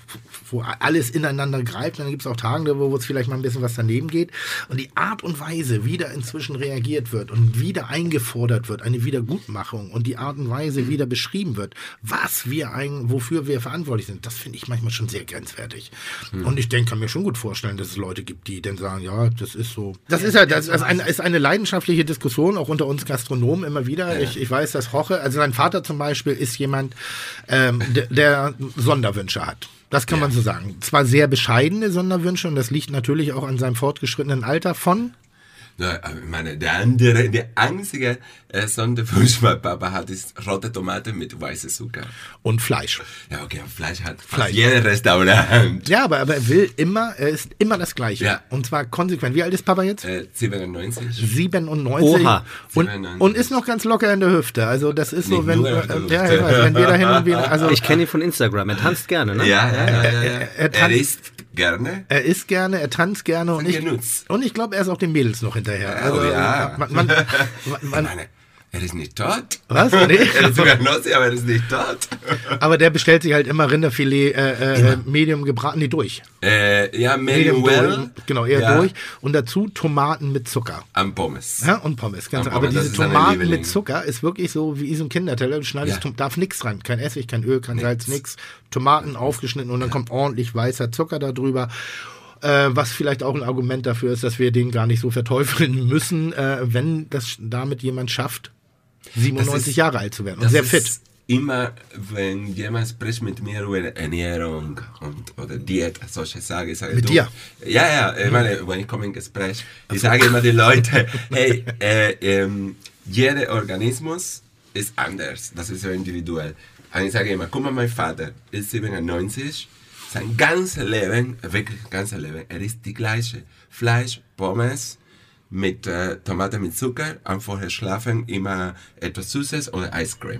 wo alles ineinander greift. Und dann gibt es auch Tage, wo es vielleicht mal ein bisschen was daneben geht. Und die Art und Weise, wie da inzwischen reagiert wird und wieder eingefordert wird, eine Wiedergutmachung und die Art und Weise wieder beschrieben wird, was wir eigentlich, wofür wir verantwortlich sind, das finde ich manchmal schon sehr grenzwertig. Mhm. Und ich denke, kann mir schon gut vorstellen, dass es Leute gibt, die dann sagen, ja, das ist so. Das ist ja, das ist eine, ist eine leidenschaftliche Diskussion, auch unter uns Gastronomen immer wieder. Ja. Ich, ich weiß, dass Hoche, also sein Vater zum Beispiel ist jemand, ähm, der, der Sonderwünsche hat. Das kann ja. man so sagen. Zwar sehr bescheidene Sonderwünsche und das liegt natürlich auch an seinem fortgeschrittenen Alter von... Ja, ich meine, der andere, der einzige äh, Sonderwunsch, was Papa hat, ist rote Tomate mit weißem Zucker. Und Fleisch. Ja, okay, Fleisch hat fast jeder Restaurant. Ja, aber, aber er will immer, er ist immer das Gleiche. Ja. Und zwar konsequent. Wie alt ist Papa jetzt? Äh, siebenundneunzig. siebenundneunzig. Oha. Und, siebenundneunzig. Und ist noch ganz locker in der Hüfte. Also das ist so, wenn, äh, ja, ja, wenn wir da hin und wieder... Also, ich kenne ihn von Instagram. Er tanzt gerne, ne? Ja, ja, ja. ja, ja. Er, er, er, er isst gerne. Er isst gerne, er tanzt gerne. Und ich, und ich glaube, er ist auch den Mädels noch hinterher. Also, oh ja. Man, man, man, man, meine, er ist nicht tot. Was? Nee. Er ist sogar Nossi, aber er ist nicht tot. Aber der bestellt sich halt immer Rinderfilet äh, äh, Medium gebraten, die durch. Äh, ja, Medium, medium well. Durch, genau, eher ja. durch. Und dazu Tomaten mit Zucker. Am Pommes. Ja, und Pommes. Ganz aber Pommes, diese Tomaten mit Zucker ist wirklich so wie so ein Kinderteller. Du schneidest, ja. darf nichts rein. Kein Essig, kein Öl, kein nix. Salz, nichts. Tomaten aufgeschnitten und dann ja. kommt ordentlich weißer Zucker da drüber. Äh, was vielleicht auch ein Argument dafür ist, dass wir den gar nicht so verteufeln müssen, äh, wenn das damit jemand schafft, siebenundneunzig ist, Jahre alt zu werden und sehr fit. Immer, wenn jemand spricht mit mir über Ernährung und, oder Diät, solche Sachen, ich sage, mit du, dir? Ja, ja, ich meine, wenn ich komme in Gespräch, ich sage immer den Leuten, hey, äh, ähm, jeder Organismus ist anders, das ist so individuell. Und ich sage immer, guck mal, mein Vater ist siebenundneunzig, sein ganzes Leben, wirklich ganzes Leben, er ist die gleiche. Fleisch, Pommes mit äh, Tomate mit Zucker, am vorher schlafen immer etwas Süßes oder Eiscreme.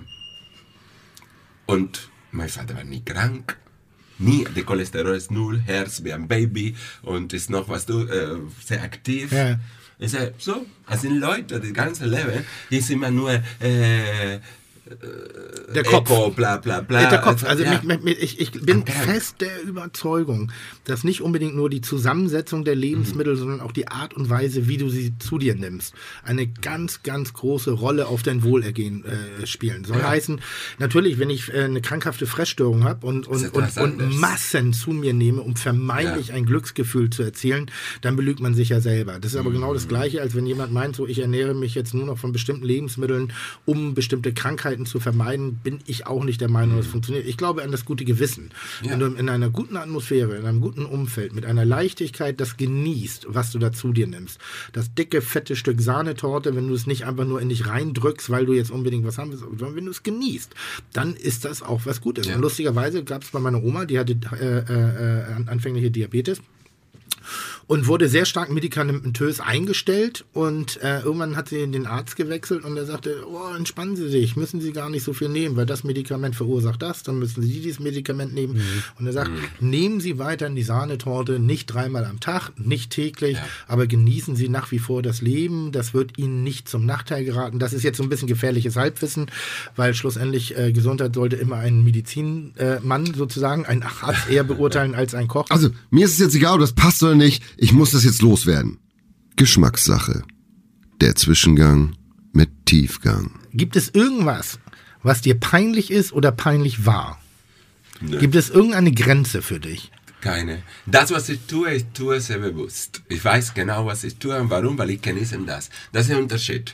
Und mein Vater war nie krank, nie, der Cholesterol ist null, Herz wie ein Baby und ist noch was du, äh, sehr aktiv. Ja. Ich sage, so, es sind Leute, das ganze Leben, die sind immer nur äh, der Kopf. Eco, bla, bla, bla. Der Kopf. Also ja. mich, mich, ich, ich bin okay. fest der Überzeugung, dass nicht unbedingt nur die Zusammensetzung der Lebensmittel, mhm. sondern auch die Art und Weise, wie du sie zu dir nimmst, eine ganz, ganz große Rolle auf dein Wohlergehen äh, spielen. Soll ja. heißen, natürlich, wenn ich äh, eine krankhafte Fressstörung habe und, und, und, und Massen zu mir nehme, um vermeintlich ja. ein Glücksgefühl zu erzielen, dann belügt man sich ja selber. Das ist aber mhm. genau das Gleiche, als wenn jemand meint, so ich ernähre mich jetzt nur noch von bestimmten Lebensmitteln, um bestimmte Krankheiten zu vermeiden, bin ich auch nicht der Meinung, dass es funktioniert. Ich glaube an das gute Gewissen. Ja. Wenn du in einer guten Atmosphäre, in einem guten Umfeld, mit einer Leichtigkeit das genießt, was du da zu dir nimmst. Das dicke, fette Stück Sahnetorte, wenn du es nicht einfach nur in dich reindrückst, weil du jetzt unbedingt was haben willst, sondern wenn du es genießt, dann ist das auch was Gutes. Ja. Und lustigerweise gab es bei meiner Oma, die hatte äh, äh, anfängliche Diabetes und wurde sehr stark medikamentös eingestellt und äh, irgendwann hat sie den Arzt gewechselt und er sagte, oh, entspannen Sie sich, müssen Sie gar nicht so viel nehmen, weil das Medikament verursacht das, dann müssen Sie dieses Medikament nehmen. Mhm. Und er sagt, mhm. nehmen Sie weiterhin die Sahnetorte, nicht dreimal am Tag, nicht täglich, ja. aber genießen Sie nach wie vor das Leben, das wird Ihnen nicht zum Nachteil geraten. Das ist jetzt so ein bisschen gefährliches Halbwissen, weil schlussendlich äh, Gesundheit sollte immer ein Medizinmann äh, sozusagen, ein Arzt eher beurteilen als ein Koch. Also mir ist es jetzt egal, ob das passt oder nicht, ich muss das jetzt loswerden. Geschmackssache. Der Zwischengang mit Tiefgang. Gibt es irgendwas, was dir peinlich ist oder peinlich war? Nee. Gibt es irgendeine Grenze für dich? Keine. Das, was ich tue, ich tue sehr bewusst. Ich weiß genau, was ich tue und warum, weil ich genieße das. Das ist der Unterschied.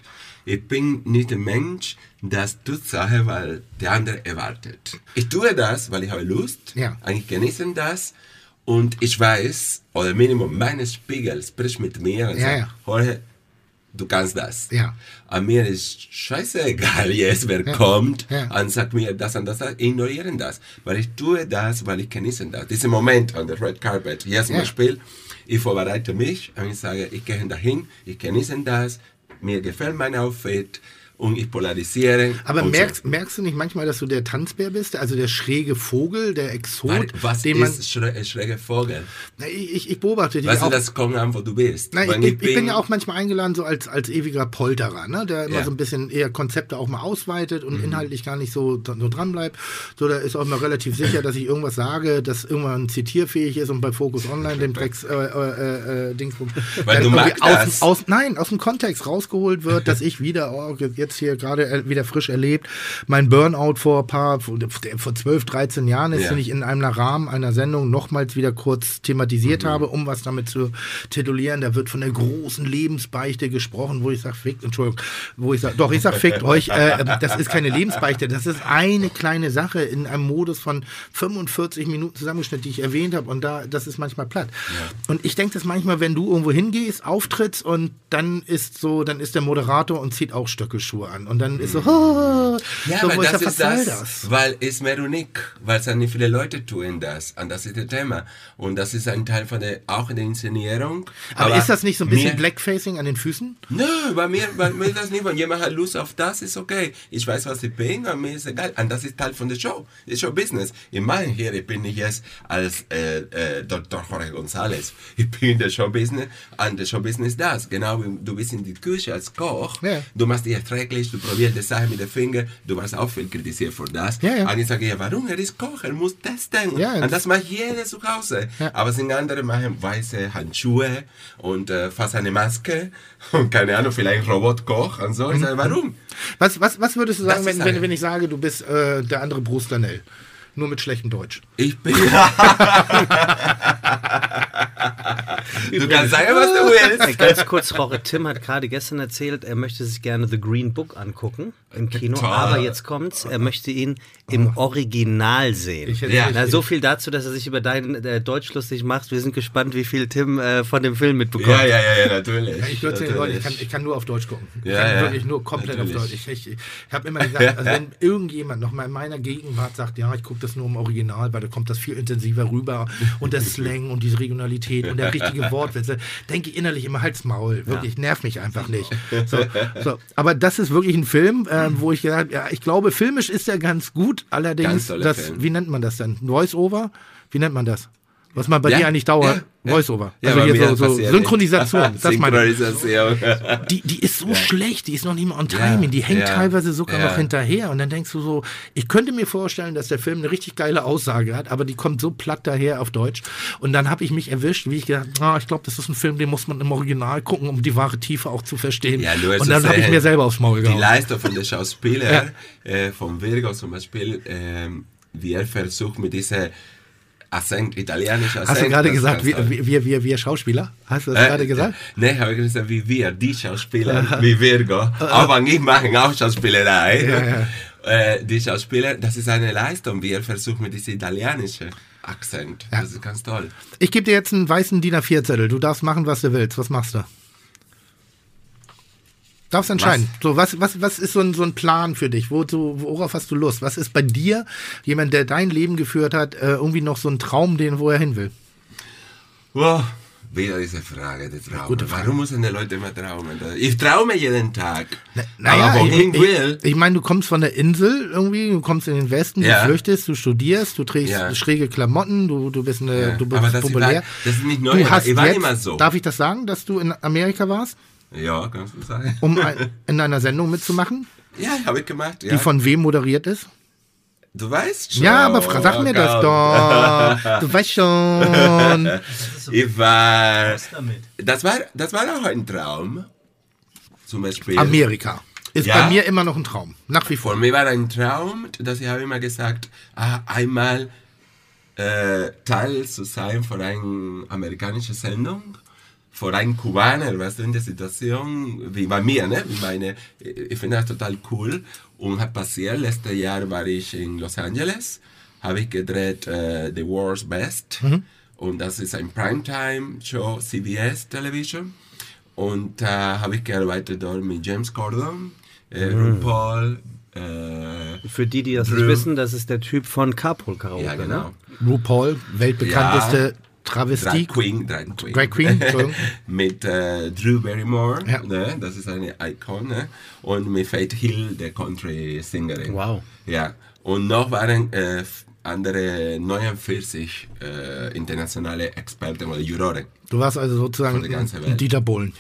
Ich bin nicht der Mensch, das tut Sache, weil der andere erwartet. Ich tue das, weil ich habe Lust, ja. eigentlich genießen das und ich weiß, oder Minimum, mein Spiegel spricht mit mir und ja, sagt, ja. Jorge, du kannst das. Ja. An mir ist scheißegal jetzt, wer ja. kommt ja. und sagt mir das und das, ignorieren das. Weil ich tue das, weil ich genieße das. Diesen Moment an der Red Carpet, hier zum ja. Beispiel, ich vorbereite mich und ich sage, ich gehe dahin, ich genieße das, mir gefällt mein Outfit und ich polarisiere. Aber merkst, so. merkst du nicht manchmal, dass du der Tanzbär bist? Also der schräge Vogel, der Exot? Was den ist schräge, schräge Vogel? Na, ich, ich beobachte dich weißt auch. du, das kommt an, wo du bist. Na, ich, ich, ich, bin, ich bin ja auch manchmal eingeladen, so als, als ewiger Polterer, ne? Der immer ja. so ein bisschen eher Konzepte auch mal ausweitet und mhm. inhaltlich gar nicht so, so dran bleibt. So, da ist auch mal relativ sicher, dass ich irgendwas sage, das irgendwann zitierfähig ist und bei Focus Online, dem Drecks äh, äh, äh, Dingsbums, weil du magst aus, aus, nein, aus dem Kontext rausgeholt wird, dass ich wieder, oh, jetzt hier gerade wieder frisch erlebt, mein Burnout vor paar, vor zwölf, dreizehn Jahren ist, ja. den ich in einem Rahmen einer Sendung nochmals wieder kurz thematisiert mhm. habe, um was damit zu titulieren. Da wird von der großen Lebensbeichte gesprochen, wo ich sage, fickt, Entschuldigung, wo ich sage, doch, ich sage, fickt euch, äh, das ist keine Lebensbeichte, das ist eine kleine Sache in einem Modus von fünfundvierzig Minuten Zusammenschnitt, die ich erwähnt habe, und da, das ist manchmal platt. Ja. Und ich denke das manchmal, wenn du irgendwo hingehst, auftrittst und dann ist so, dann ist der Moderator und zieht auch Stöckelschuhe an und dann ist so, oh, ja, so, aber das sag, ist das, das, weil es mehr unik, weil es nicht viele Leute tun das, und das ist das Thema. Und das ist ein Teil von der, auch in der Inszenierung. Aber, aber ist das nicht so ein bisschen mir, Blackfacing an den Füßen? Nö, bei mir, bei mir ist das nicht, wenn jemand hat Lust auf das, ist okay. Ich weiß, was ich bin, und mir ist egal. Und das ist Teil von der Show, das ist Show-Business. Ich meine hier, ich bin nicht jetzt als äh, äh, Doktor Jorge González, ich bin in der Show-Business, und der Show-Business ist das, genau wie du bist in die Küche als Koch, ja. du machst dich erträglich, du probierst die Sache mit den Fingern, du warst auch viel kritisiert für das. Ja, ja. Und ich sage, ja, warum? Er ist Koch, er muss testen. Ja, und das macht jeder zu Hause. Ja. Aber es sind andere, machen weiße Handschuhe und äh, fast eine Maske und keine Ahnung, vielleicht Robotkoch und so. Ich sage, warum? Was, was, was würdest du sagen, wenn, wenn, wenn ich sage, du bist äh, der andere Bruce Danell? Nur mit schlechtem Deutsch. Ich bin... Du kannst sagen, was du willst. Ganz kurz, Jorge, Tim hat gerade gestern erzählt, er möchte sich gerne The Green Book angucken im Kino, Toll. aber jetzt kommt's, er möchte ihn im Original sehen. Ja. Na, so viel dazu, dass er sich über dein äh, Deutsch lustig macht. Wir sind gespannt, wie viel Tim äh, von dem Film mitbekommt. Ja, ja, ja, ja natürlich. Ja, ich, natürlich. Leute, ich, kann, ich kann nur auf Deutsch gucken. Ich ja, kann ja. wirklich nur komplett natürlich. auf Deutsch. Ich, ich, ich habe immer gesagt, also wenn irgendjemand noch mal in meiner Gegenwart sagt, ja, ich gucke das nur im Original, weil da kommt das viel intensiver rüber und der Slang und diese Regionalität und der richtige Wortwitz, denke ich innerlich immer, halt's Maul, wirklich, ja. nervt mich einfach nicht. So, so. Aber das ist wirklich ein Film, äh, wo ich gesagt ja, ich glaube, filmisch ist er ganz gut, allerdings, ganz das, wie nennt man das denn? Voice-Over? Wie nennt man das? Was man bei ja, dir eigentlich dauert, ja, Voice-Over. Ja, also hier so, so Synchronisation. Das Synchronisation. Die, die ist so ja. schlecht, die ist noch nicht mal on timing, die hängt ja. teilweise sogar ja. noch hinterher. Und dann denkst du so, ich könnte mir vorstellen, dass der Film eine richtig geile Aussage hat, aber die kommt so platt daher auf Deutsch. Und dann habe ich mich erwischt, wie ich gedacht, ah, ich glaube, das ist ein Film, den muss man im Original gucken, um die wahre Tiefe auch zu verstehen. Ja, und dann habe ich mir selber aufs Maul gehauen. Die Leistung von den Schauspielern, ja. äh, von Virgo zum Beispiel, äh, wie er versucht mit dieser Akzent, italienischer Akzent. Hast du gerade gesagt, wir, wir, wir, wir Schauspieler? Hast du das äh, gerade gesagt? Nein, habe ich gesagt, wie wir, die Schauspieler, wie Virgo. Aber nicht machen auch Schauspielerei. Ja, ja. Äh, die Schauspieler, das ist eine Leistung, wie er versucht mit diesem italienischen Akzent. Ja. Das ist ganz toll. Ich gebe dir jetzt einen weißen D I N A vier Zettel. Du darfst machen, was du willst. Was machst du? Darfst entscheiden. Was? So, was, was, was ist so ein, so ein Plan für dich? Wozu, worauf hast du Lust? Was ist bei dir, jemand, der dein Leben geführt hat, äh, irgendwie noch so ein Traum, den wo er hin will? Wow. Wieder diese Frage, die Traum. Gute Frage. Warum müssen die Leute immer traumen? Ich traume jeden Tag. Na, naja, aber wohin ich, will? Ich, ich meine, du kommst von der Insel irgendwie, du kommst in den Westen, ja. du flüchtest, du studierst, du trägst ja. schräge Klamotten, du, du bist, eine, ja. du bist aber das populär. War, das ist nicht neu, du hast ich war jetzt, immer so. Darf ich das sagen, dass du in Amerika warst? Ja, kannst du sagen. Um ein, in einer Sendung mitzumachen? Ja, habe ich gemacht. Ja. Die von wem moderiert ist? Du weißt schon. Ja, aber sag mir oh, das doch. Du weißt schon. Ich war, das war, das war auch ein Traum. Zum Beispiel. Amerika ist ja. bei mir immer noch ein Traum. Nach wie vor. Für mich war ein Traum, dass ich habe immer gesagt, ah, einmal äh, Teil zu sein von einer amerikanischen Sendung. für einen Kubaner, weißt du, in der Situation, wie bei mir, ne? Ich meine, ich finde das total cool. Und hat passiert, letztes Jahr war ich in Los Angeles, habe ich gedreht uh, The World's Best. Mhm. Und das ist ein Primetime-Show, C B S Television. Und da uh, habe ich gearbeitet dort mit James Corden, äh, mhm. RuPaul. Äh, Für die, die das Drew. nicht wissen, das ist der Typ von Carpool Karaoke. Ja, genau. Ne? RuPaul, weltbekannteste ja. Travestie. Drag Queen, Drag Queen. Drag Queen, mit äh, Drew Barrymore, ja. ne? Das ist eine Icon, ne? Und mit Faith Hill, der Country-Sängerin. Wow. Ja, und noch waren äh, andere neunundvierzig äh, internationale Experten oder Juroren. Du warst also sozusagen ein Dieter Bohlen.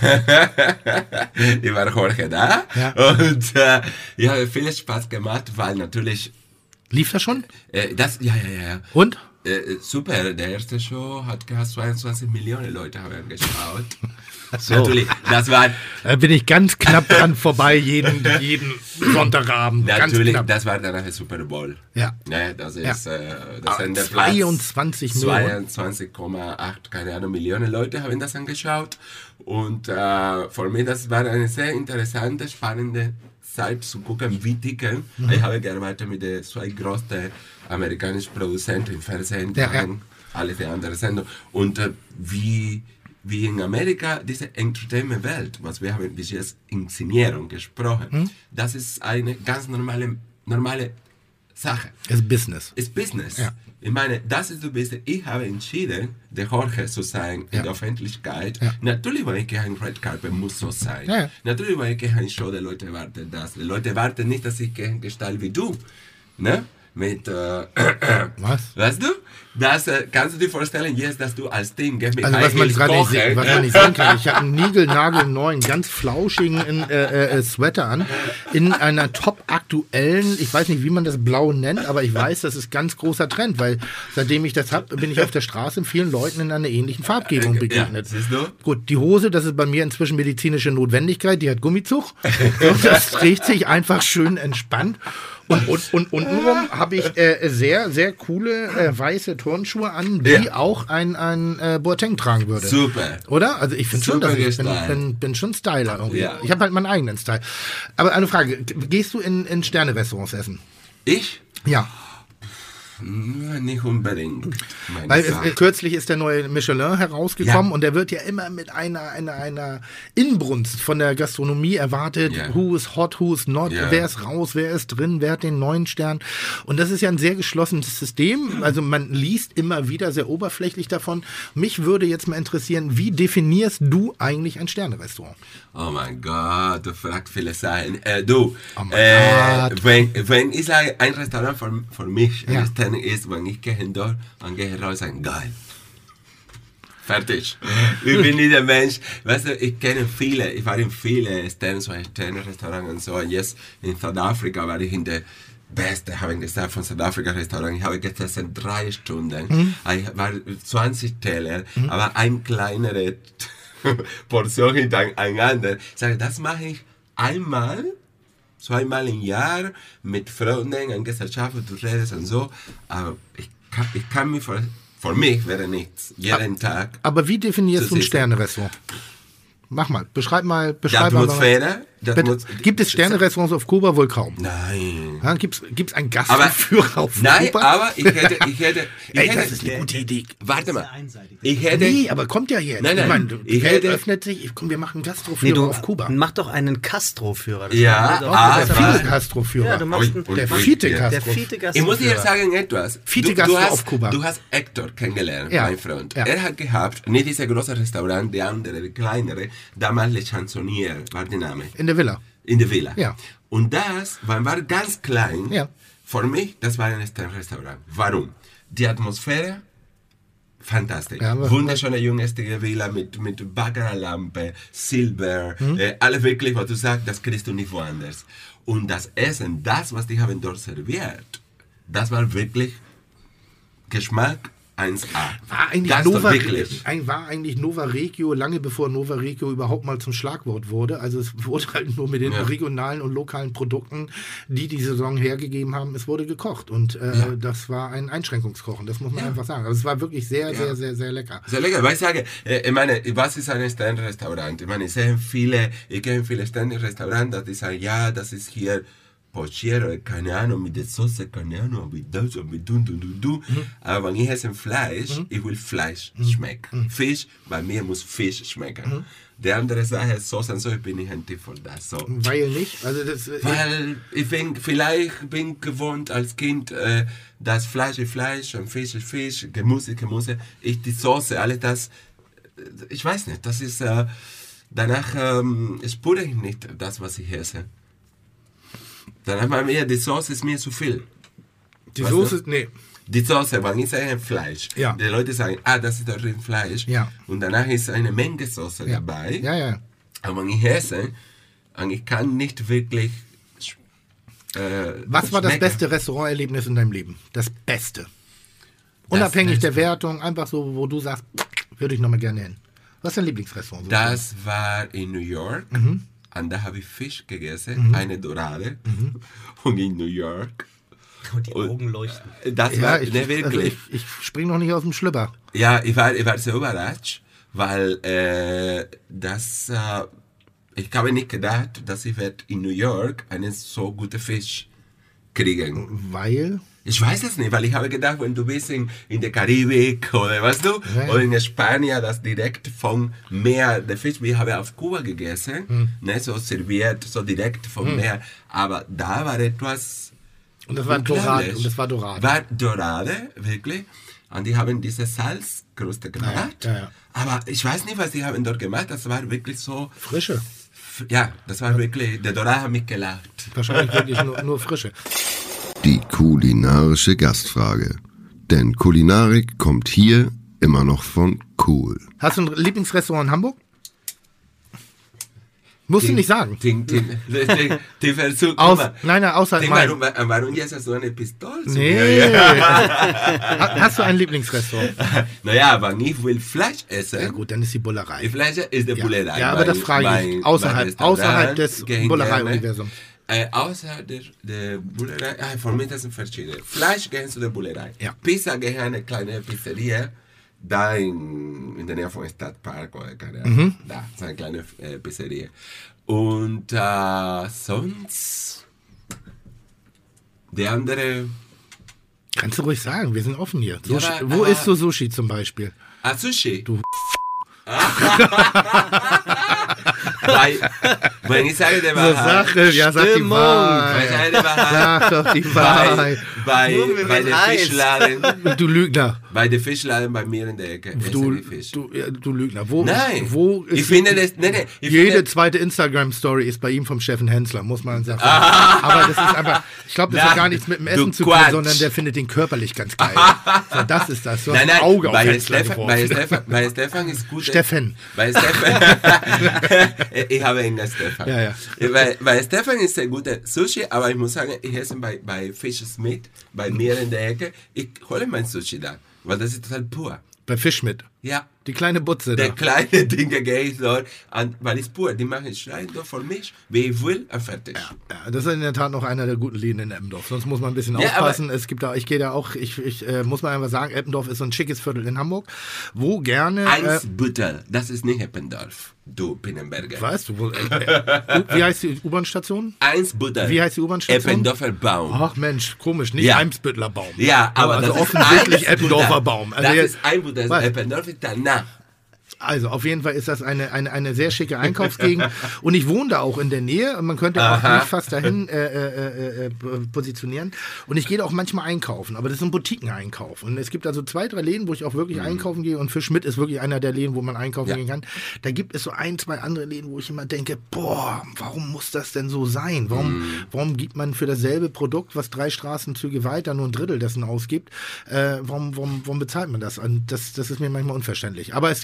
Ich war Jorge da ja. und äh, ich habe viel Spaß gemacht, weil natürlich... Lief das schon? Äh, das, ja, ja, ja. Und? Äh, super, der erste Show hat gehabt, zweiundzwanzig Millionen Leute haben geschaut. So. Natürlich, das war... Da bin ich ganz knapp dran vorbei, jeden, jeden Sonntagabend. Natürlich, ganz das war danach der Super Bowl. Ja. Ne, das ist ja. äh, das ah, in der zweiundzwanzig Millionen. zweiundzwanzig Komma acht, keine Ahnung, Millionen Leute haben das angeschaut. Und äh, für mich, das war eine sehr interessante, spannende Zeit zu gucken, wie ticken. Mhm. Ich habe gearbeitet mit den zwei größten amerikanischen Produzenten im Fernsehen, ja, ja. alle die anderen Sendungen. Und äh, wie... wie in Amerika diese Entertainment-Welt, was wir haben bis jetzt Inszenierung gesprochen, hm? das ist eine ganz normale, normale Sache. Es ist Business. Es ist Business. Ja. Ich meine, das ist das Beste. Ich habe entschieden, der Jorge zu sein in ja. der Öffentlichkeit. Ja. Natürlich, wenn ich gehe ein Red Carpet, muss so sein. Ja. Natürlich, wenn ich gehe ein Show, die Leute warten das. Die Leute warten nicht, dass ich gehe Gestalt wie du. Ne? Mit, äh, was? Weißt du? Das äh, kannst du dir vorstellen, jetzt, dass du als Team gehst mit also was man, gerade nicht, sehen, was man nicht sehen kann. Ich habe einen niegelnagelneuen, ganz flauschigen äh, äh, Sweater an, in einer top aktuellen, ich weiß nicht, wie man das blau nennt, aber ich weiß, das ist ganz großer Trend, weil seitdem ich das habe, bin ich auf der Straße vielen Leuten in einer ähnlichen Farbgebung begegnet. Ja, siehst du? Gut, die Hose, das ist bei mir inzwischen medizinische Notwendigkeit, die hat Gummizug. Und das trägt sich einfach schön entspannt. Und, und, und untenrum habe ich äh, sehr, sehr coole äh, weiße Turnschuhe an, die ja. auch ein, ein äh, Boateng tragen würde. Super. Oder? Also ich finde schon, dass ich bin, bin, bin schon Styler irgendwie. Ja. Ich habe halt meinen eigenen Style. Aber eine Frage, gehst du in, in Sterne-Restaurants essen? Ich? Ja. Nicht unbedingt. Weil es, kürzlich ist der neue Michelin herausgekommen ja. und der wird ja immer mit einer, einer, einer Inbrunst von der Gastronomie erwartet. Ja. Who is hot, who is not, ja. wer ist raus, wer ist drin, wer hat den neuen Stern. Und das ist ja ein sehr geschlossenes System. Also man liest immer wieder sehr oberflächlich davon. Mich würde jetzt mal interessieren, wie definierst du eigentlich ein Sterne-Restaurant? Oh mein Gott, du fragst viele Sachen. Äh, du, oh mein äh, Gott. Wenn, wenn ich sage, ein Restaurant für, für mich, ja. ein ist, wenn ich gehe dort und gehe raus, sagen, geil. Fertig. Ich bin nicht der Mensch. Weißt du, ich kenne viele, ich war in viele Sterne-Restaurants und so. Und jetzt in Südafrika war ich in der beste, habe ich gesagt, von Südafrika-Restaurant. Ich habe gegessen drei Stunden. Mhm. Ich war zwanzig Teller, mhm. aber ein kleinere Portion hintereinander. Ich sage, das mache ich einmal, zweimal im Jahr mit Freunden, in Gesellschaft, du redest und so. Aber ich kann, ich kann mich, für, für mich wäre nichts, jeden Tag. Aber wie definierst du ein Sterne-Restaurant? Mach mal, beschreib mal. Beschreib die Atmosphäre? Mal. Gibt es Sterne-Restaurants auf Kuba? Wohl kaum. Nein. Ja, Gibt es einen Gastführer auf nein, Kuba? Nein, aber ich hätte... Ich hätte ich Ey, hätte, das ist eine gute Idee. Warte mal. Ich hätte... Nee, aber kommt ja jetzt. Nein, nein. Ich meine, die ich Welt hätte, öffnet sich. Komm, wir machen einen Gastroführer nee, du, auf Kuba. Mach doch einen Castro-Führer. Ja, doch, aber... Der vierte Gastroführer. Ja, du machst einen, der vierte Gastro. Ich muss dir sagen etwas. Vierte Gastro du hast, auf Kuba. Du hast Hector kennengelernt, ja. mein Freund. Ja. Er hat gehabt, nicht dieses große Restaurant, der andere, der kleinere, damals Le Chansonnier war der Name. In der Villa. In der Villa. Ja. Und das war, war ganz klein. Ja. Für mich, das war ein Sternrestaurant. Warum? Die Atmosphäre, fantastisch. Ja, wunderschöne jungstätige Villa mit, mit Baccarat-Lampe, Silber, mhm. äh, alles wirklich, was du sagst, das kriegst du nicht woanders. Und das Essen, das, was die haben dort serviert, das war wirklich Geschmack eins A. War eigentlich, Nova, ein, war eigentlich Nova Regio lange bevor Nova Regio überhaupt mal zum Schlagwort wurde. Also es wurde halt nur mit den ja. regionalen und lokalen Produkten, die die Saison hergegeben haben, es wurde gekocht. Und äh, ja. das war ein Einschränkungskochen, das muss man ja. einfach sagen. Also es war wirklich sehr, ja. sehr, sehr, sehr lecker. Sehr lecker, weil ich sage, ich meine, was ist ein Sternrestaurant? Ich meine, ich sehe viele, ich kenne viele Sternrestaurants, die sagen, ja, das ist hier Pochero, keine Ahnung, mit der Soße, keine Ahnung, mit das und mit du, du, du, du. Mhm. Aber wenn ich esse Fleisch, mhm. ich will Fleisch mhm. schmecken. Mhm. Fisch, bei mir muss Fisch schmecken. Mhm. Die andere Sache, Soße und so, ich bin nicht ein Typ von das. So. Weil nicht? Also das, Weil ich bin, vielleicht bin ich gewohnt als Kind, äh, dass Fleisch ist Fleisch und Fisch ist Fisch, Gemüse, Gemüse. Ich die Soße, alles das, ich weiß nicht, das ist, äh, danach ähm, spüre ich nicht das, was ich esse. Dann hat man mir, die Soße ist mir zu viel. Die weißt Soße, du? Nee. Die Soße, wenn ich sage Fleisch, ja. die Leute sagen, ah, das ist doch Rindfleisch. Ja. Und danach ist eine Menge Soße ja. dabei. Ja, ja. Aber wenn ich esse, und ich kann nicht wirklich äh, Was war das beste Restauranterlebnis in deinem Leben? Das Beste. Unabhängig das der Wertung, einfach so, wo du sagst, würde ich nochmal gerne hin. Was ist dein Lieblingsrestaurant? So das so? war in New York. Mhm. Und da habe ich Fisch gegessen, mhm. eine Dorade. Mhm. Und in New York. Und die Augen leuchten. Das ja, war ich, ne, wirklich. Also ich, ich springe noch nicht aus dem Schlüpper. Ja, ich war, ich war sehr überrascht, weil äh, das, äh, ich habe nicht gedacht, dass ich werde in New York einen so guten Fisch kriegen. Weil? Ich weiß es nicht, weil ich habe gedacht, wenn du bist in, in der Karibik oder weißt du, ja. oder in Spanien, das direkt vom Meer, der Fisch, ich habe auf Kuba gegessen, hm. ne, so serviert, so direkt vom hm. Meer, aber da war etwas und das war Dorade, und das war Dorade. War Dorade, wirklich, und die haben diese Salzkruste gemacht, ja, ja, ja. aber ich weiß nicht, was die haben dort gemacht, das war wirklich so... Frische. Ja, das war ja. wirklich, der Dorade hat mich gelacht. Wahrscheinlich wirklich nur, nur Frische. Die kulinarische Gastfrage. Denn Kulinarik kommt hier immer noch von cool. Hast du ein Lieblingsrestaurant in Hamburg? Musst du nicht sagen. Den, den, den, den Versuch, Aus, nein, nein, außer warum, warum jetzt so eine Pistole? Nee. Hast du ein Lieblingsrestaurant? Naja, wenn ich will Fleisch essen. Ja gut, dann ist die Bullerei. Die Fleisch ist die ja. Bullerei. Ja, aber das frage ich. Außerhalb, außerhalb des Bullerei-Universums. Äh, außer der, der Bullerei, ah, für mich das sind verschiedene. Fleisch gehen zu der Bullerei. Ja. Pizza gehen eine kleine Pizzeria, da in, in der Nähe vom Stadtpark oder keine Ahnung. Mhm. Da ist eine kleine äh, Pizzeria. Und äh, sonst, der andere... Kannst du ruhig sagen, wir sind offen hier. Sushi, ja, aber, wo aber, isst du Sushi zum Beispiel? Ah, Sushi? Du weil, wenn ich sage, der war Sache, ja, sag die Wahrheit. Sag doch die Wahrheit. Bei, bei, bei der Fischladen. Du Lügner. Bei der Fischladen bei mir in der Ecke. Du, du, ja, du Lügner. Wo, nein. Wo ist ich finde das, nee, nee, ich jede finde, zweite Instagram-Story ist bei ihm vom Steffen Hensler, muss man sagen. Ah. Aber das ist einfach, ich glaube, das Na, hat gar nichts mit dem Essen zu tun, Quatsch. sondern der findet den körperlich ganz geil. So, das ist das. Du hast nein, nein, ein Auge auf bei Hensler Stefan, geworfen. bei Stefan, bei Stefan ist gut. Steffen. Bei Stefan. Ich habe ihn als Stefan. Ja, ja. Bei, bei Stefan ist ein guter Sushi, aber ich muss sagen, ich esse bei, bei Fish Smith, bei mir in der Ecke, ich hole mein Sushi da, weil das ist total pur. Bei Fischschmidt? Ja. Die kleine Butze der da. kleine Dinge gehe ich dort, an, weil es pur, die machen Schrein nur für mich, wie ich will, und fertig. Ja, ja, das ist in der Tat noch einer der guten Läden in Eppendorf. Sonst muss man ein bisschen ja, aufpassen. Es gibt da, ich gehe da auch, ich, ich äh, muss mal einfach sagen, Eppendorf ist so ein schickes Viertel in Hamburg, wo gerne... Eins äh, Büttel, das ist nicht Eppendorf, du Pinnenberger. Weißt du, wo, äh, äh, wie heißt die U-Bahn-Station? Eins Büttel. Wie heißt die U-Bahn-Station? Eppendorfer Baum. Ach Mensch, komisch, nicht ja. Eimsbüttler Baum. Ja, aber also das offensichtlich ist Eppendorfer Baum. Also das jetzt, ist ein Büttel, Eppendorf ist danach. Also auf jeden Fall ist das eine, eine, eine sehr schicke Einkaufsgegend und ich wohne da auch in der Nähe und man könnte auch mich fast dahin äh, äh, äh, positionieren und ich gehe da auch manchmal einkaufen, aber das ist ein Boutiqueneinkauf und es gibt also zwei, drei Läden, wo ich auch wirklich mhm. einkaufen gehe und Fischschmidt ist wirklich einer der Läden, wo man einkaufen ja. gehen kann. Da gibt es so ein, zwei andere Läden, wo ich immer denke, boah, warum muss das denn so sein? Warum, mhm. warum gibt man für dasselbe Produkt, was drei Straßenzüge weiter nur ein Drittel dessen ausgibt, äh, warum, warum, warum bezahlt man das? Und das, das ist mir manchmal unverständlich. Aber es gibt, ich bin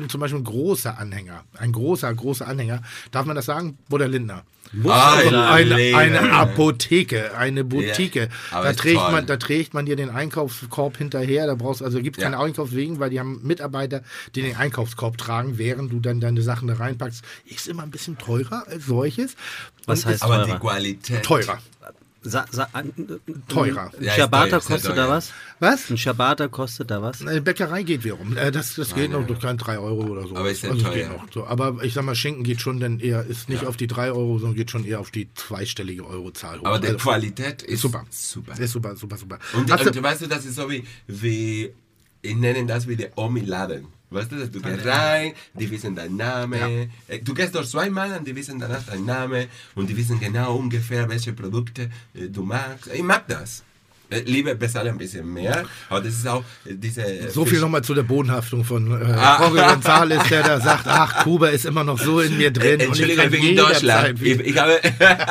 zum Beispiel ein großer Anhänger, ein großer, großer Anhänger, darf man das sagen? Bruder Lindner. Ah, eine, eine Apotheke, eine Boutique. Ja, da, trägt man, da trägt man dir den Einkaufskorb hinterher. Da brauchst also gibt es keine ja. Einkaufswegen, weil die haben Mitarbeiter, die den Einkaufskorb tragen, während du dann deine Sachen da reinpackst. Ist immer ein bisschen teurer als solches. Was heißt aber teurer? die Qualität. Teurer. Sa, sa, an, Teurer. Ein Ja, Ciabatta ist teuer, ist kostet teuer. da was? Was? Ein Ciabatta kostet da was? Eine Bäckerei geht wiederum. Äh, Das, das geht noch durch kein drei Euro oder so. Aber ist ja also es teuer. geht noch so. Aber ich sag mal, Schinken geht schon dann eher, ist nicht auf die drei Euro, sondern geht schon eher auf die zweistellige Eurozahl hoch. Aber die Also, Qualität ist super. super. Ist super, super, super. Und, Hast und du- weißt du, das ist so wie, wie ich nenne das wie der Omi-Laden. Weißt du, dass du gehst rein, die wissen deinen Namen. Äh, Du gehst dort zweimal und die wissen danach deinen Namen und die wissen genau ungefähr, welche Produkte äh, du magst. Ich mag das. Äh, Lieber bezahle ein bisschen mehr, aber das ist auch äh, diese... So Fisch- viel nochmal zu der Bodenhaftung von äh, Ah. Jorge González, der da sagt, ach, Kuba ist immer noch so in mir drin. Äh, Entschuldigung, ich kann bin in Deutschland. jederzeit Ich, wieder- ich, habe,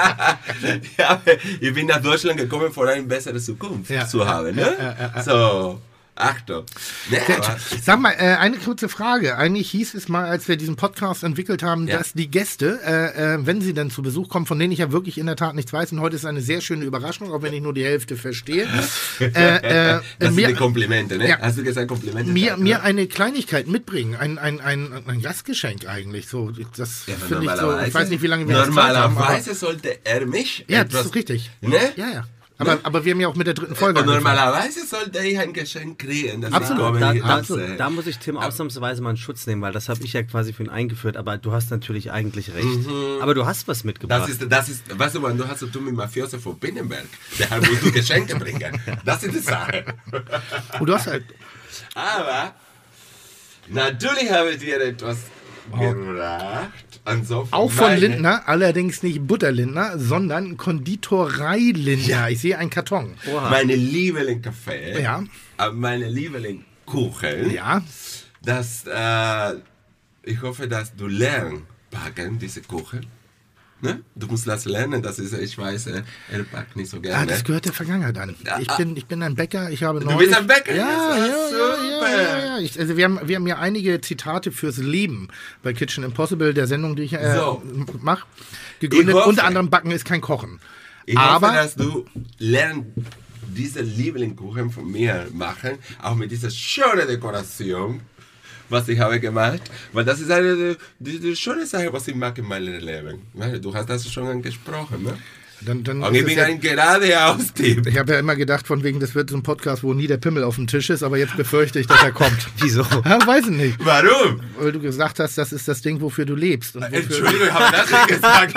ich, habe, ich bin nach Deutschland gekommen, um eine bessere Zukunft Ja. zu haben. Ne? Ja, ja, ja. So, Achtung. Ne, aber, Sag mal, äh, eine kurze Frage. Eigentlich hieß es mal, als wir diesen Podcast entwickelt haben, Ja. dass die Gäste, äh, äh, wenn sie dann zu Besuch kommen, von denen ich ja wirklich in der Tat nichts weiß, und heute ist eine sehr schöne Überraschung, auch wenn ich nur die Hälfte verstehe, äh, äh, das mir, sind die Komplimente, ne? Ja. Hast du gesagt Komplimente? mir, Ja. mir eine Kleinigkeit mitbringen, ein, ein, ein, ein Gastgeschenk eigentlich. So, das Ja, finde ich so, normalerweise- ich weiß nicht, wie lange wir das Zeit haben. Aber, Normalerweise sollte er mich ja, das etwas... ist richtig. Ne? Ja, ja. Aber, Ne? aber wir haben ja auch mit der dritten Folge Und angefangen. normalerweise sollte ich ein Geschenk kriegen. Das Absolut. ich komme Da, hier da, ansehe. da muss ich Tim ausnahmsweise mal einen Schutz nehmen, weil das habe ich ja quasi für ihn eingeführt, aber du hast natürlich eigentlich recht. Aber du hast was mitgebracht. Das ist, das ist, weißt du, man, du hast zu tun mit Mafioso von Binnenberg. Der musst du Geschenke bringen. Das ist die Sache. Und du hast halt, Aber natürlich haben wir etwas gebracht. Und so auch von meine- Lindner, allerdings nicht Butterlindner, sondern Konditorei Lindner. Ich sehe einen Karton. Oha. Meine Lieblingskaffee. Ja. äh, Meine Lieblingskuchen. Ja, Das, äh, ich hoffe, dass du lernst backen, diese Kuchen. Ne? Du musst das lernen, das ist, ich weiß, äh, er backt nicht so gerne. ah, das gehört der Vergangenheit an. Ich bin, ich bin ein Bäcker, ich habe Du neulich... bist ein Bäcker? Ja, Das ja, war ja, super. ja, ja, ja. Ich, also wir haben, wir haben ja einige Zitate fürs Leben bei Kitchen Impossible, der Sendung, die ich äh, So. mache, gegründet. Ich hoffe- Unter anderem Backen ist kein Kochen. Ich Aber hoffe, dass du lernst, diese Lieblingskuchen von mir machen, auch mit dieser schönen Dekoration, was ich habe gemacht, weil das ist eine die, die schöne Sache, was ich mag in meinem Leben. Weil Du hast das schon angesprochen, ne? dann, dann Und ist ich es bin ja, ein geradeaus Typ. ich habe ja immer gedacht, von wegen, das wird so ein Podcast, wo nie der Pimmel auf dem Tisch ist, aber jetzt befürchte ich, dass er kommt. Wieso? Ja, weiß ich nicht. Warum? Weil du gesagt hast, das ist das Ding, wofür du lebst. Und wofür Entschuldigung, ich habe das nicht gesagt.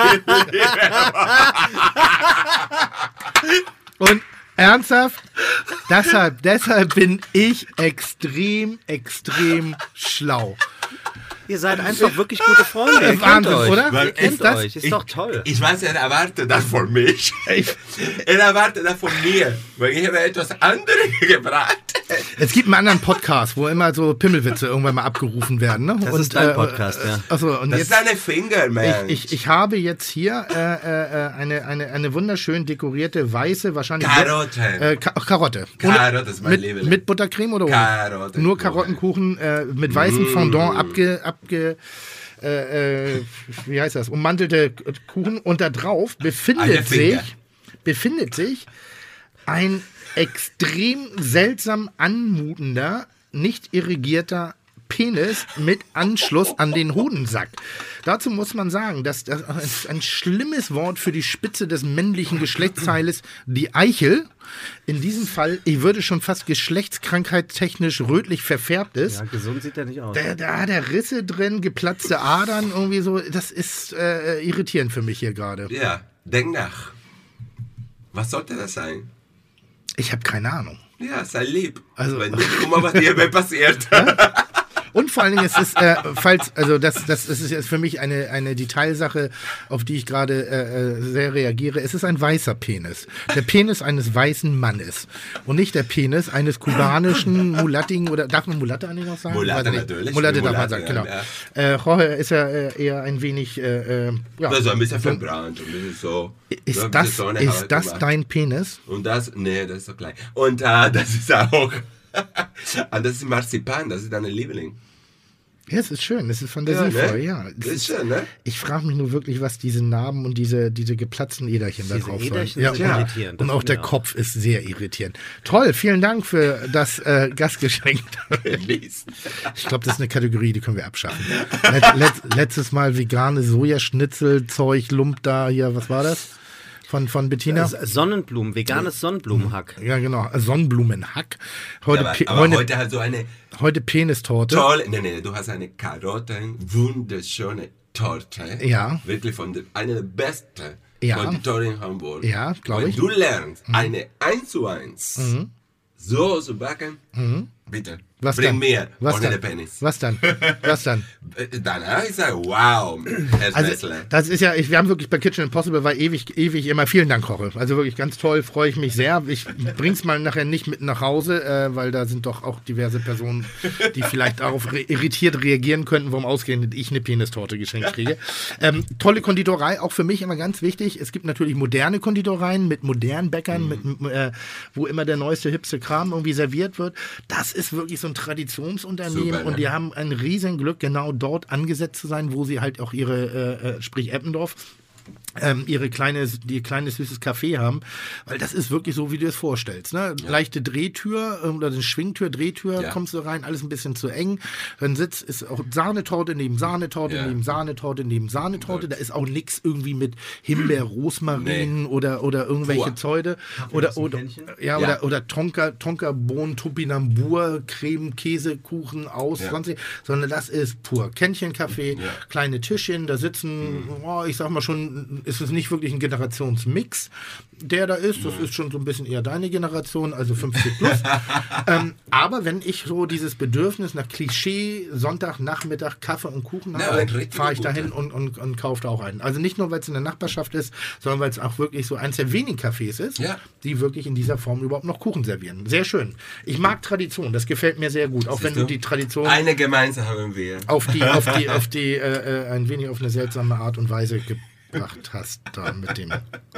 Und ernsthaft, deshalb, deshalb bin ich extrem, extrem schlau. Ihr seid einfach wirklich gute Freunde. Ihr kennt Wahnsinn, euch. oder? Ihr Ist kennt das- euch. Ist doch toll. Ich weiß, er erwartet das von mich. Ich- Er erwartet das von mir, weil ich habe etwas anderes gebracht. Es gibt einen anderen Podcast, wo immer so Pimmelwitze irgendwann mal abgerufen werden. Ne? Das ist dein Podcast, ja. Achso, und Das jetzt, ist eine Finger, man. ich, ich, ich habe jetzt hier äh, äh, eine, eine, eine wunderschön dekorierte weiße, wahrscheinlich Karotten. Äh, Ka Karotte. Karotte ist mein mit, Liebling. mit Buttercreme oder ohne? Karottenkuchen. Nur Karottenkuchen äh, mit weißem Fondant abge, abge äh, äh, wie heißt das, ummantelte Kuchen. Und da drauf Eine befindet Finger. sich, befindet sich ein extrem seltsam anmutender, nicht irrigierter Penis mit Anschluss an den Hodensack. Dazu muss man sagen, dass das ein schlimmes Wort für die Spitze des männlichen Geschlechtsteiles, die Eichel, in diesem Fall, ich würde schon fast geschlechtskrankheitstechnisch rötlich verfärbt ist. Ja, gesund sieht er nicht aus. Da, da hat er Risse drin, geplatzte Adern, irgendwie so. Das ist äh, irritierend für mich hier gerade. Ja, denk nach. Was sollte das sein? Ich habe keine Ahnung. Ja, sei lieb. Also- Wenn nicht, guck mal, was dir passiert. Und vor allen Dingen, es ist, äh, falls, also das, das, das ist jetzt für mich eine, eine Detailsache, auf die ich gerade äh, äh, sehr reagiere. Es ist ein weißer Penis. Der Penis eines weißen Mannes. Und nicht der Penis eines kubanischen, mulattigen, oder darf man Mulatte eigentlich noch sagen? Mulatte Weiß ich nicht. natürlich. Mulatte darf man Mulatte, sagen, genau. ja, Äh, Jorge ist ja äh, eher ein wenig, äh, äh, ja. Also ein bisschen verbrannt, ein bisschen so. Ist so ein das, bisschen Sonne ist habe das gemacht. dein Penis? Und das, nee, das ist so klein. Und äh, das ist auch, und das ist Marzipan, das ist deine Liebling. Ja, es ist schön, es ist fantasievoll, ja. Ne? ja. Ist schön, ne? Ich frage mich nur wirklich, was diese Narben und diese, diese geplatzten Äderchen da drauf sind. Ja, ja. irritierend. Und auch der auch. Kopf ist sehr irritierend. Toll, vielen Dank für das äh, Gastgeschenk. Ich glaube, das ist eine Kategorie, die können wir abschaffen. Let, let, letztes Mal vegane Sojaschnitzel-Zeug, Lump da hier, was war das? Von, von Bettina? Sonnenblumen, veganes Sonnenblumenhack. Ja, genau, Sonnenblumenhack. Heute, ja, aber, aber heute, heute halt so eine... Heute Penistorte. Toll, nee, nee, du hast eine Karotten, wunderschöne Torte. Ja. Wirklich von der, eine der besten ja. Konditorin in Hamburg. Ja, glaube ich. Wenn du lernst, mhm. eine eins zu eins mhm. so zu backen, mhm. bitte. Was Bring dann? mir Was ohne dann? den Penis. Was dann? Was dann? Danach ich sage, wow, Herr also, das ist ja, ich, wir haben wirklich bei Kitchen Impossible war ewig, ewig immer, vielen Dank, Koche. Also wirklich ganz toll, freue ich mich sehr. Ich bring's mal nachher nicht mit nach Hause, äh, weil da sind doch auch diverse Personen, die vielleicht darauf re irritiert reagieren könnten, warum ausgerechnet ich eine Penistorte geschenkt kriege. Ähm, tolle Konditorei, auch für mich immer ganz wichtig. Es gibt natürlich moderne Konditoreien mit modernen Bäckern, mhm. mit, äh, wo immer der neueste, hipste Kram irgendwie serviert wird. Das ist wirklich so ein Traditionsunternehmen. Super, ne? Und die haben ein riesen Glück, genau dort angesetzt zu sein, wo sie halt auch ihre, äh, sprich Eppendorf, ähm, ihre kleine, die kleine süßes Café haben, weil das ist wirklich so, wie du es vorstellst. Ne? Ja. Leichte Drehtür oder eine Schwingtür, Drehtür, ja. kommst du rein, alles ein bisschen zu eng. Dann sitzt, ist auch Sahnetorte neben Sahnetorte, ja. neben Sahnetorte, neben Sahnetorte. Da ist auch nichts irgendwie mit Himbeer, Rosmarin nee. oder, oder irgendwelche Zeude. Oder, oder, ja, ja. oder, oder Tonka, Tonka-Bohnen, Topinambur, Creme, Käse, Kuchen aus, ja. zwanzig, sondern das ist pur Kännchen-Kaffee, ja. kleine Tischchen, da sitzen, mhm. oh, ich sag mal schon, ist es nicht wirklich ein Generationsmix, der da ist. Das ist schon so ein bisschen eher deine Generation, also fünfzig plus. ähm, aber wenn ich so dieses Bedürfnis nach Klischee, Sonntagnachmittag, Kaffee und Kuchen ja, habe, fahre ich dahin und, und, und kaufe da auch einen. Also nicht nur, weil es in der Nachbarschaft ist, sondern weil es auch wirklich so eins der wenigen Cafés ist, ja. die wirklich in dieser Form überhaupt noch Kuchen servieren. Sehr schön. Ich mag Tradition, das gefällt mir sehr gut. Auch Siehst wenn du die Tradition... Eine gemeinsam haben wir. Auf die, auf die, auf die äh, ein wenig auf eine seltsame Art und Weise gebracht hast da mit dem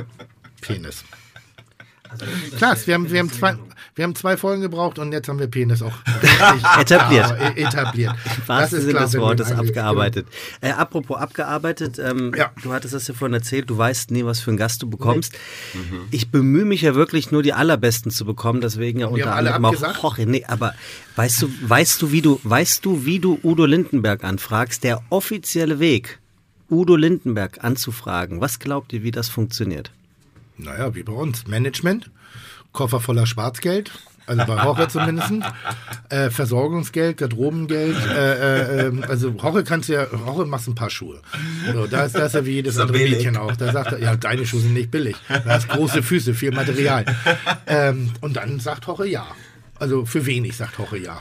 Penis. Also Klar, wir haben, wir, haben zwei, wir haben zwei Folgen gebraucht und jetzt haben wir Penis auch etabliert. Ah, etabliert. Was ist Sinn des Wortes abgearbeitet? Genau. Äh, apropos abgearbeitet, ähm, ja. du hattest das ja vorhin erzählt, du weißt nie, was für einen Gast du bekommst. Nee. Mhm. Ich bemühe mich ja wirklich nur die allerbesten zu bekommen, deswegen ja unter anderem auch Jorge. Nee, aber weißt du, weißt du, wie du, weißt du, wie du Udo Lindenberg anfragst? Der offizielle Weg, Udo Lindenberg anzufragen. Was glaubt ihr, wie das funktioniert? Naja, wie bei uns. Management, Koffer voller Schwarzgeld, also bei Jorge zumindest, äh, Versorgungsgeld, Garderobengeld, äh, äh, also Jorge kannst du ja, Jorge machst ein paar Schuhe. So, da ist das ja wie jedes andere billig. Mädchen auch. Da sagt er, ja, deine Schuhe sind nicht billig. Du hast große Füße, viel Material. Ähm, und dann sagt Jorge ja. Also für wenig sagt Jorge ja.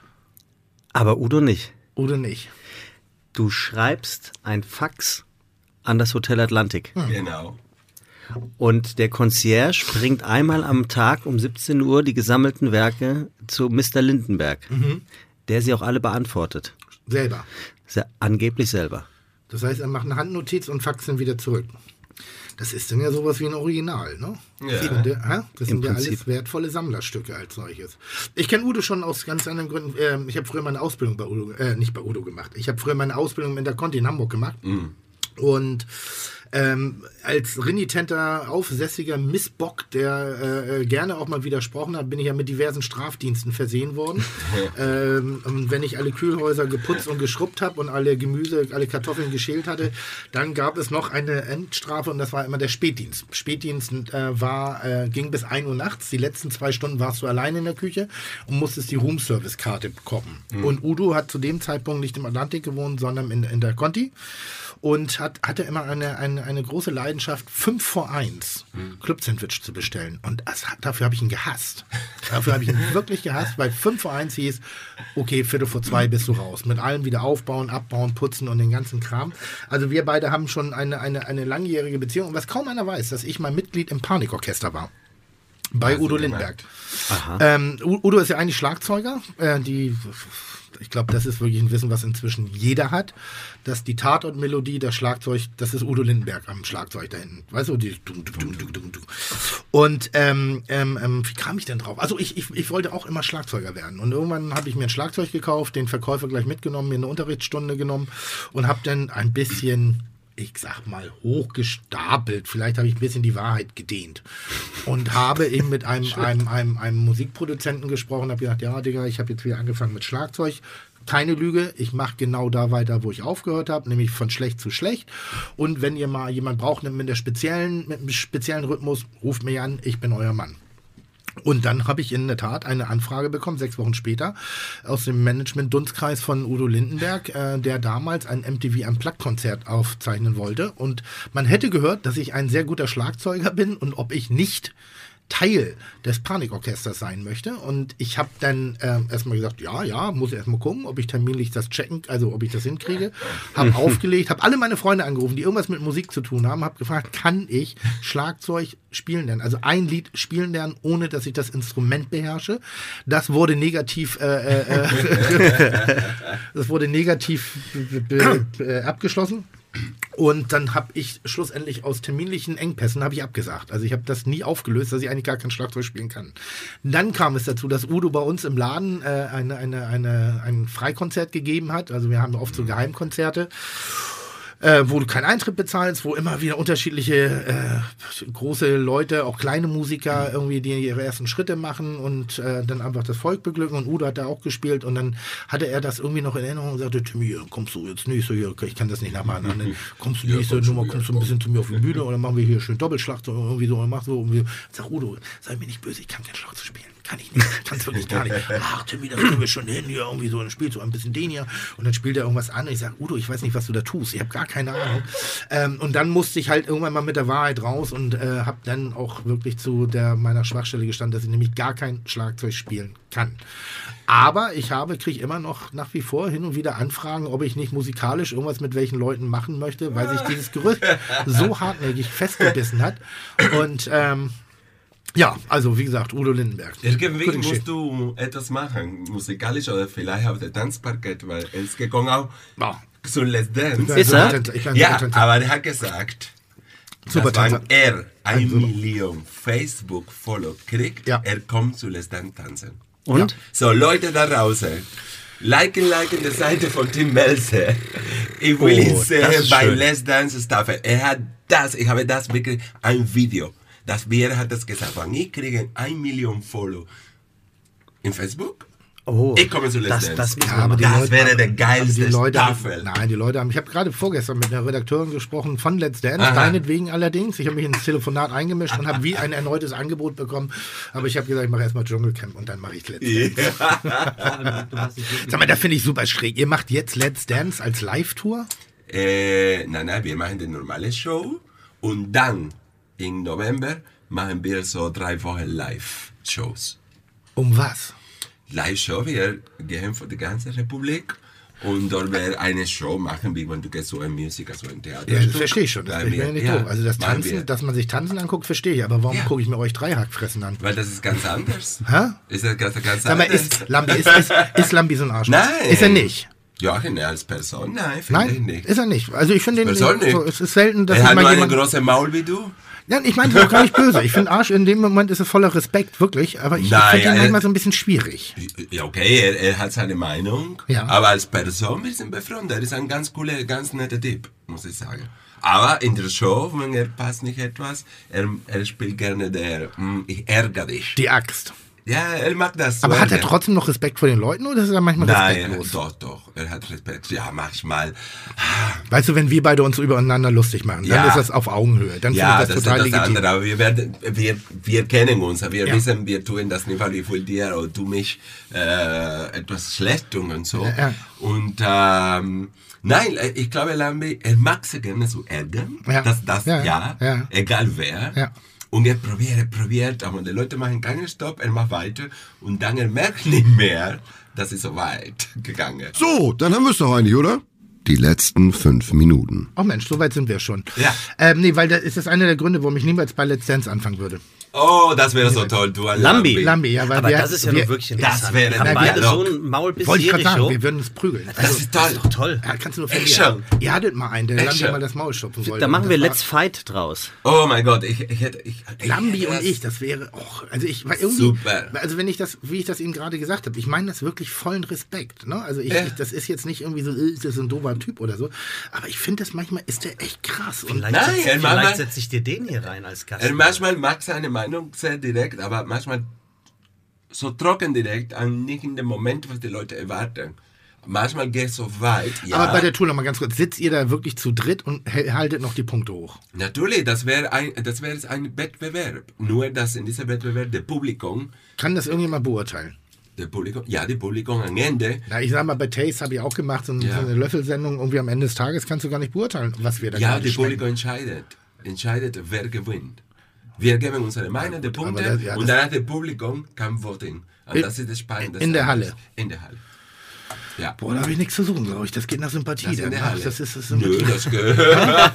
Aber Udo nicht. Udo nicht. Du schreibst ein Fax an das Hotel Atlantik. Hm. Genau. Und der Concierge bringt einmal am Tag um siebzehn Uhr die gesammelten Werke zu Mister Lindenberg, mhm. der sie auch alle beantwortet. Selber? Se- angeblich selber. Das heißt, er macht eine Handnotiz und faxt dann wieder zurück. Das ist dann ja sowas wie ein Original, ne? Ja. Das sind ja alles wertvolle Sammlerstücke als solches. Ich kenne Udo schon aus ganz anderen Gründen. Ich habe früher meine Ausbildung bei Udo, äh, nicht bei Udo gemacht. Ich habe früher meine Ausbildung in der Conti in Hamburg gemacht. Mhm. Und ähm, als renitenter, aufsässiger Missbock, der äh, gerne auch mal widersprochen hat, bin ich ja mit diversen Strafdiensten versehen worden. ähm, und wenn ich alle Kühlhäuser geputzt und geschrubbt habe und alle Gemüse, alle Kartoffeln geschält hatte, dann gab es noch eine Endstrafe und das war immer der Spätdienst. Spätdienst äh, war, äh, ging bis ein Uhr nachts. Die letzten zwei Stunden warst du alleine in der Küche und musstest die Roomservice-Karte bekommen. Mhm. Und Udo hat zu dem Zeitpunkt nicht im Atlantik gewohnt, sondern in, in der Conti. Und hat, hatte immer eine, eine, eine große Leidenschaft, fünf vor eins mhm. Club-Sandwich zu bestellen. Und das, dafür habe ich ihn gehasst. Dafür habe ich ihn wirklich gehasst, weil fünf vor eins hieß, okay, Viertel vor zwei bist du raus. Mit allem wieder aufbauen, abbauen, putzen und den ganzen Kram. Also wir beide haben schon eine, eine, eine langjährige Beziehung. Und was kaum einer weiß, dass ich mal Mitglied im Panikorchester war. Bei also Udo Lindenberg. Ähm, Udo ist ja eigentlich Schlagzeuger. Äh, die... Ich glaube, das ist wirklich ein Wissen, was inzwischen jeder hat, dass die Tatortmelodie, das Schlagzeug, das ist Udo Lindenberg am Schlagzeug da hinten. Weißt du, die und ähm, ähm, ähm, wie kam ich denn drauf? Also ich, ich, ich wollte auch immer Schlagzeuger werden und irgendwann habe ich mir ein Schlagzeug gekauft, den Verkäufer gleich mitgenommen, mir eine Unterrichtsstunde genommen und habe dann ein bisschen, ich sag mal, hochgestapelt. Vielleicht habe ich ein bisschen die Wahrheit gedehnt. Und habe eben mit einem, einem, einem, einem Musikproduzenten gesprochen, habe gesagt, ja, Digga, ich habe jetzt wieder angefangen mit Schlagzeug. Keine Lüge, ich mache genau da weiter, wo ich aufgehört habe, nämlich von schlecht zu schlecht. Und wenn ihr mal jemanden braucht mit, der speziellen, mit einem speziellen Rhythmus, ruft mich an, ich bin euer Mann. Und dann habe ich in der Tat eine Anfrage bekommen, sechs Wochen später, aus dem Management-Dunstkreis von Udo Lindenberg, äh, der damals ein M T V Unplugged-Konzert aufzeichnen wollte. Und man hätte gehört, dass ich ein sehr guter Schlagzeuger bin und ob ich nicht Teil des Panikorchesters sein möchte. Und ich habe dann äh, erstmal gesagt, ja, ja, muss erstmal gucken, ob ich terminlich das checken, also ob ich das hinkriege. Habe aufgelegt, habe alle meine Freunde angerufen, die irgendwas mit Musik zu tun haben, habe gefragt, kann ich Schlagzeug spielen lernen? Also ein Lied spielen lernen, ohne dass ich das Instrument beherrsche. Das wurde negativ äh, äh, das wurde negativ äh, abgeschlossen. Und dann habe ich schlussendlich aus terminlichen Engpässen habe ich abgesagt. Also ich habe das nie aufgelöst, dass ich eigentlich gar kein Schlagzeug spielen kann. Dann kam es dazu, dass Udo bei uns im Laden äh, eine, eine, eine, ein Freikonzert gegeben hat. Also wir haben oft so Geheimkonzerte, äh, wo du keinen Eintritt bezahlst, wo immer wieder unterschiedliche äh, große Leute, auch kleine Musiker irgendwie, die ihre ersten Schritte machen und äh, dann einfach das Volk beglücken. Und Udo hat da auch gespielt und dann hatte er das irgendwie noch in Erinnerung und sagte, Timmy, hier, kommst du jetzt nicht so hier, ich kann das nicht nachmachen, dann kommst du nächste Nummer, kommst du ein bisschen zu mir auf die Bühne und dann machen wir hier schön Doppelschlag oder irgendwie so und mach so. Und wir, sag Udo, sei mir nicht böse, ich kann kein Schlagzeug spielen. Kann ich nicht, kann es wirklich gar nicht. Ach, Timmy, das kriegen wir schon hin hier, irgendwie so, dann spielst du ein bisschen den hier und dann spielt er irgendwas an und ich sage, Udo, ich weiß nicht, was du da tust, ich habe gar keine Ahnung. Ähm, und dann musste ich halt irgendwann mal mit der Wahrheit raus und äh, habe dann auch wirklich zu der meiner Schwachstelle gestanden, dass ich nämlich gar kein Schlagzeug spielen kann. Aber ich habe, kriege immer noch nach wie vor hin und wieder Anfragen, ob ich nicht musikalisch irgendwas mit welchen Leuten machen möchte, weil sich dieses Gerücht so hartnäckig festgebissen hat. Und ähm, ja, also wie gesagt, Udo Lindenberg. Irgendwie musst du etwas machen, musikalisch oder vielleicht auf der Tanzparkett, weil er ist gekommen auch ja. zu Let's Dance. Ist er? Ja, aber er hat gesagt, super dass wenn er ein Million Facebook-Follow kriegt, ja. er kommt zu Let's Dance tanzen. Und? Ja. So, Leute da draußen, liken, liken die Seite von Tim Melzer. Ich will ihn oh, sehen bei schön. Let's Dance Staffel. Er hat das, ich habe das wirklich, ein Video. Das Bier hat das gesagt, wenn ich kriege ein Million Follow in Facebook, oh, ich komme zu Let's Dance. Das, das, ja, das Leute, wäre der geilste die Leute, Staffel. Nein, die Leute haben, ich habe gerade vorgestern mit einer Redakteurin gesprochen von Let's Dance, Aha. deinetwegen allerdings. Ich habe mich ins Telefonat eingemischt und habe wie ein erneutes Angebot bekommen, aber ich habe gesagt, ich mache erstmal Dschungelcamp und dann mache ich Let's Dance. Ja. Sag mal, da finde ich super schräg. Ihr macht jetzt Let's Dance als Live-Tour? Äh, nein, nein, wir machen die normale Show und dann im November machen wir so drei Wochen Live-Shows. Um was? Live-Show, wir gehen für die ganze Republik und dort wir eine Show machen, wie wenn du gehst so ein Musiker, so ein Theater. Ja, das verstehe ich schon. Das bin ich mir nicht ja, doof. Also das Tanzen, dass man sich Tanzen anguckt, verstehe ich. Aber warum ja. gucke ich mir euch drei Hackfressen an? Weil das ist ganz anders. Hä? Ist das ganz, ganz Sag mal, anders. Ist Lambi, ist, ist, ist Lambi so ein Arsch? Nein. Ist er nicht? Joachim, als Person? Nein, finde ich nicht. Ist er nicht. Also ich finde den, Person nicht. So, es ist selten, dass er ich hat mal nur jemand... eine große Maul wie du. Ja, ich meine es auch gar nicht böse. Ich finde Arsch, in dem Moment ist es voller Respekt, wirklich. Aber ich finde ihn manchmal so ein bisschen schwierig. Ja, okay, er, er hat seine Meinung. Ja. Aber als Person, wir sind befreundet. Er ist ein ganz cooler, ganz netter Typ, muss ich sagen. Aber in der Show, wenn er passt nicht etwas, er, er spielt gerne der, ich ärgere dich. Die Axt. Ja, er mag das. Aber hat er trotzdem noch Respekt vor den Leuten oder ist er manchmal respektlos? Nein, doch, doch. Er hat Respekt. Ja, manchmal. Weißt du, wenn wir beide uns übereinander lustig machen, dann ja. ist das auf Augenhöhe. Dann ja, finde ich das, das total ist das legitim. Andere. Aber wir, werden, wir, wir kennen uns. Wir ja. wissen, wir tun das nicht, weil ich will dir oder du mich äh, etwas schlecht tun und so. Ja, ja. Und ähm, nein, ich glaube, Lambi, er mag es gerne so ärgern. Ja. Das, das, ja, ja, ja. Egal wer. Ja. Und er probiert, er probiert, aber die Leute machen keinen Stopp, er macht weiter und dann er merkt nicht mehr, dass es so weit gegangen ist. So, dann haben wir es doch eigentlich, oder? Die letzten fünf Minuten. Oh Mensch, so weit sind wir schon. Ja. Ähm, nee, weil das ist das einer der Gründe, warum ich niemals bei Let's Dance anfangen würde. Oh, das wäre so toll, du an Lambi. Lambi. Lambi, ja, weil Aber wir, das ist ja wir, nur wirklich interessant. das wäre wir haben ein beide Dialog. so ein Maul bis wollte ich gerade sagen, Jericho. wir würden uns prügeln. Das ist toll. Das ist doch toll. Ja, kannst du nur Action. verlieren. Ihr hattet mal einen, der Lambi Action. mal das Maul stopfen wollte. Da machen Und wir das Let's Fight draus. Oh mein Gott, ich, ich hätte... Ich, ich Lambi hätte und das- ich, das wäre auch, also ich war irgendwie, Super. also wenn ich das, wie ich das Ihnen gerade gesagt habe, ich meine das wirklich vollen Respekt, ne? Also ich, Ja. ich das ist jetzt nicht irgendwie so, äh, ist das ein doofer Typ oder so, aber ich finde das manchmal, ist der echt krass. Und Vielleicht, Nein, setz, Mama. vielleicht setze ich dir den hier rein als Gast. Er manchmal mag seine Meinung sehr direkt, aber manchmal so trocken direkt, und nicht in dem Moment, was die Leute erwarten. Manchmal geht es so weit, ja. aber bei der Tour noch mal ganz kurz, sitzt ihr da wirklich zu dritt und hel- haltet noch die Punkte hoch? Natürlich, das wäre ein, das wäre jetzt ein Wettbewerb. Nur, dass in diesem Wettbewerb der Publikum, Kann das irgendjemand beurteilen? der Publikum, ja, die Publikum am Ende, Na, ich sag mal, bei Taste habe ich auch gemacht, so, ein, Ja. so eine Löffelsendung, irgendwie am Ende des Tages kannst du gar nicht beurteilen, was wir da ja, gerade die schmecken. Publikum entscheidet, entscheidet, wer gewinnt. Wir geben unsere Meinung, die Punkte, aber das- ja, und das- danach der Publikum kann voten. Und In- das ist das Spannende. in der Halle. In der Halle. Ja. Boah, da habe ich nichts zu suchen, glaube ich. Das geht nach Sympathie. Das, in dann, der ne? Halle. das ist das Nö, Sympathie. das gehört.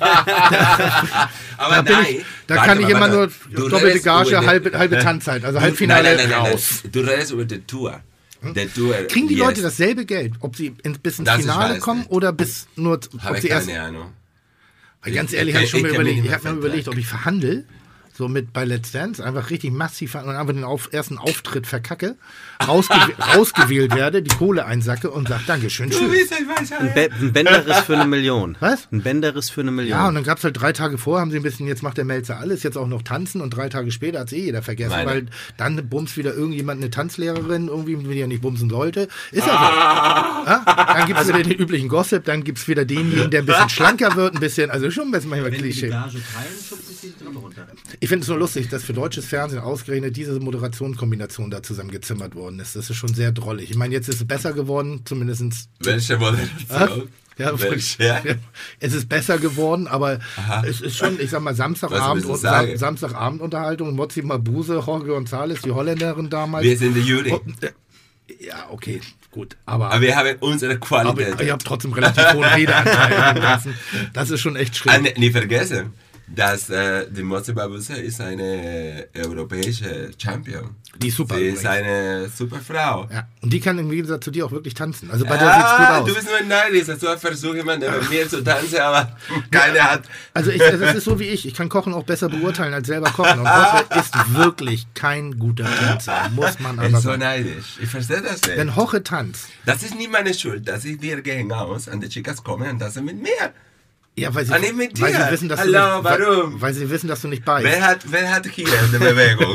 Aber Da, bin nein. ich, da warte kann mal, ich immer warte. nur Du doppelte redest Gage, über die- halbe, halbe Tanzzeit. Also Du- Halbfinale nein, nein, nein, nein, raus. Du redest über die Tour. Der Tour. Kriegen die yes. Leute dasselbe Geld, ob sie ins, bis ins Das ich Finale weiß kommen nicht. oder bis nur, Habe ob ich sie erst. keine Ahnung. Weil ganz Ich- ehrlich, ich- habe ich schon ich mal kenn überlegt, mich ich nicht habe mir mehr überlegt, ob ich verhandle, so mit bei Let's Dance, einfach richtig massiv verhandle und einfach den auf, ersten Auftritt verkacke, rausgew rausgewählt werde, die Kohle einsacke und sage Dankeschön, Du tschüss. bist ein weißer Ein, Be ein Bänderriss für eine Million. Was? Ein Bänderriss für eine Million. Ja, und dann gab es halt drei Tage vor, haben sie ein bisschen, jetzt macht der Melzer alles, jetzt auch noch tanzen und drei Tage später hat es eh jeder vergessen, Meine. weil dann bumst wieder irgendjemand eine Tanzlehrerin, irgendwie, die ja nicht bumsen sollte. Ist ja Ah. so. Ja? Dann gibt es wieder den üblichen Gossip, dann gibt es wieder denjenigen, der ein bisschen schlanker wird, ein bisschen, also schon ein bisschen manchmal Klischee. Ich finde es nur lustig, dass für deutsches Fernsehen ausgerechnet diese Moderationskombination da zusammengezimmert worden ist. Das ist schon sehr drollig. Ich meine, jetzt ist es besser geworden, zumindest. Welche Moderation? Ja, Welche? ja, es ist besser geworden, aber Aha. es ist schon, ich sag mal, Samstagabend Was willst du und sagen? Sam Samstagabendunterhaltung. Mozzi Mabuse, Jorge González, die Holländerin damals. Wir sind die Jury. Und, äh, ja, okay, gut. Aber, Aber wir haben unsere aber Qualität. ich habe trotzdem relativ hohen Redeanteil an dem Ganzen. Das ist schon echt schlimm. Ah, nicht vergessen, dass äh, die Mozzi Mabuse ist eine europäische Champion. Die ist super Sie ist übrigens. eine super Frau. Ja, und die kann im Gegensatz zu dir auch wirklich tanzen. Also bei der sieht's gut Ah, aus. du bist nur neidisch, dass du versuchst, jemanden mit mir zu tanzen, aber keiner hat. Also ich, das ist so wie ich. Ich kann Kochen auch besser beurteilen als selber kochen. Und Jorge ist wirklich kein guter Tänzer. Muss man Ich aber bin so sagen. neidisch. Ich verstehe das nicht. Wenn Jorge tanzt, Das ist nicht meine Schuld, dass ich wir gehen aus und die Chicas kommen und tanzen mit mir. ja, weil sie, Ah, nicht mit weil dir. sie wissen, dass Hallo, du nicht, warum? Weil, weil sie wissen, dass du nicht beißt. Wer hat, wer hat hier eine Bewegung?